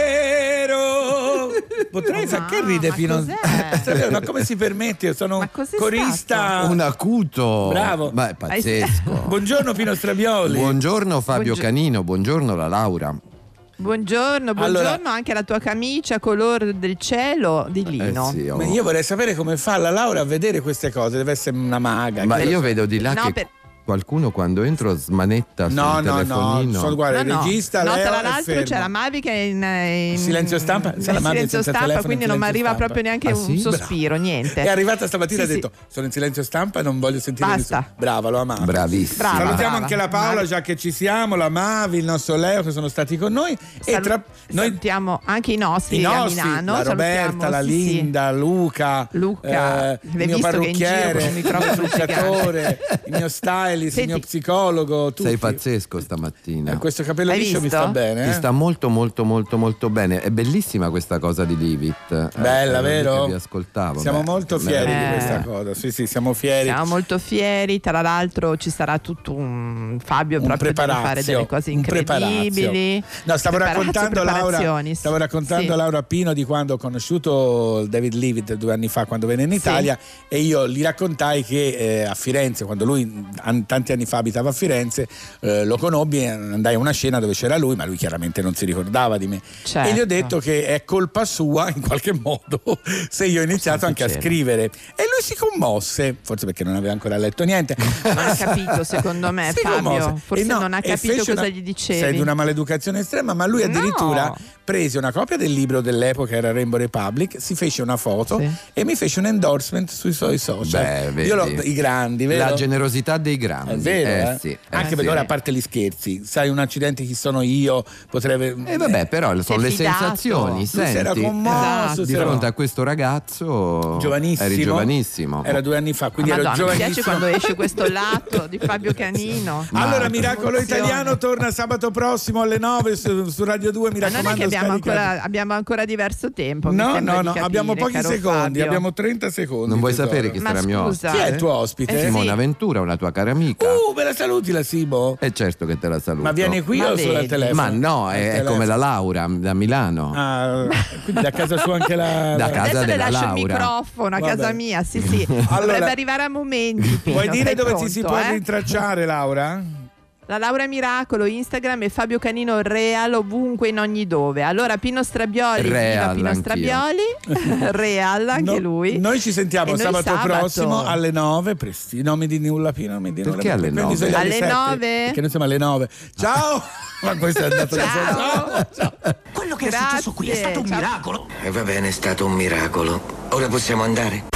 vero. Potrei sa che ride Pino. Ma come si permette? Io sono un corista. Un acuto. Bravo. Ma è pazzesco. Buongiorno Pino Strabioli. Buongiorno Fabio Buongiorno. Canino, buongiorno la Laura. Buongiorno, buongiorno Allora- anche alla tua camicia color del cielo di lino. Eh sì, oh. Ma io vorrei sapere come fa la Laura a vedere queste cose. Deve essere una maga. Ma che lo io sa. vedo di là No, che per- qualcuno quando entro smanetta sul No, no, no, telefonino. sono, guarda, il No, no. regista No, Leo tra è l'altro fermo. c'è la Mavi che è in, in Silenzio stampa? in Sai, la Mavi è silenzio senza stampa, telefono, quindi in non mi silenzio arriva stampa. proprio neanche Ah, un sì? sospiro, niente. È arrivata stamattina e Sì, ha sì. detto sono in silenzio stampa e non voglio sentire Basta. nessuno. Brava, lo amavo. Bravissima. Brava. Salutiamo brava. anche la Paola, Mavi. già che ci siamo, la Mavi, il nostro Leo che sono stati con noi. E Salu- tra noi salutiamo anche i nostri, i a nostri, Milano. la Salutiamo, Roberta, la sì, sì. Linda, Luca, Luca, eh, il l'hai mio visto che è in giro parrucchiere, con un il microfono mio truccatore, il mio stylist, il Senti. mio psicologo, tutti. Sei pazzesco stamattina. Eh, questo capello Hai liscio mi visto? sta bene. Ti eh? sta molto molto molto molto bene. È bellissima questa cosa di Leave It. Bella, Eh, vero? che vi ascoltavo. Siamo Beh, molto fieri Eh. di questa cosa. Sì, sì, siamo fieri. Siamo molto fieri, tra l'altro ci sarà tutto un Fabio Un proprio deve preparazio, fare delle cose un incredibili. preparazio. No, stavo Preparazio, raccontando Laura, preparazioni, stavo raccontando sì. Laura Pino di quando ho conosciuto David Leavitt due anni fa quando venne in Italia e io gli raccontai che eh, a Firenze, quando lui an- tanti anni fa abitava a Firenze, eh, lo conobbi e andai a una scena dove c'era lui, ma lui chiaramente non si ricordava di me. Certo. E gli ho detto che è colpa sua in qualche modo se io ho iniziato anche a succede? scrivere. E lui si commosse, forse perché non aveva ancora letto niente. Non ha capito, secondo me, Si commosse. Fabio. Forse E no, non ha e capito fece cosa una- gli dicevi. Sei di una maleducazione estrema, ma lui addirittura No. prese una copia del libro dell'epoca, era Rainbow Republic, si fece una foto Sì. e mi fece un endorsement sui suoi social. Beh, vedi. Io l'ho, i grandi, vero? La generosità dei grandi. È vero, eh, eh? sì, eh, Anche sì. perché ora, a parte gli scherzi, sai un accidente chi sono io, potrei aver... E vabbè, però sono le fidato. sensazioni. Lui si era Senti, commosso, Esatto. si di era- fronte a questo ragazzo giovanissimo. eri giovanissimo. Era due anni fa, quindi Ah, ero Madonna, mi piace giovanissimo. quando esce questo lato di Fabio Canino. Allora, Marco. Miracolo Emozione. Italiano torna sabato prossimo alle nove su, su Radio due, mi Ma non raccomando. è che abbiamo scaricate. ancora, abbiamo ancora diverso tempo. mi No, sembra no, di no, capire, abbiamo pochi caro secondi, Fabio. abbiamo trenta secondi. Non vuoi tesoro. sapere chi Ma sarà mio scusa. Chi è il ospite? tuo ospite? Eh, Simona sì. Ventura, una tua cara amica. Uh, me la saluti la Simo? E certo che te la saluto. Ma viene qui Ma o solo al vedi. telefono? Ma no, Al è, è telefono. come la Laura da Milano. Ah, quindi da casa sua anche la... Da la- casa Adesso le della lascio il Laura. microfono a Vabbè. casa mia, sì sì. Allora, Dovrebbe arrivare a momenti. Pino, Vuoi dire stai dove pronto, ti si può eh? rintracciare, Laura? La Laura Miracolo, Instagram e Fabio Canino Real ovunque in ogni dove. Allora Pino Strabioli, Real, viva Pino anch'io. Strabioli, Real anche No, lui. Noi ci sentiamo E noi sabato, sabato. prossimo alle nove. Presti, non mi di nulla, Pino, non mi di nulla. Perché alle Prendi nove? sugli Alle sette, nove? Perché noi siamo alle nove. Ciao! Ma questo è andato da Ciao. Ciao. Quello che è successo qui è stato un Ciao. miracolo. E va bene, è stato un miracolo. Ora possiamo andare?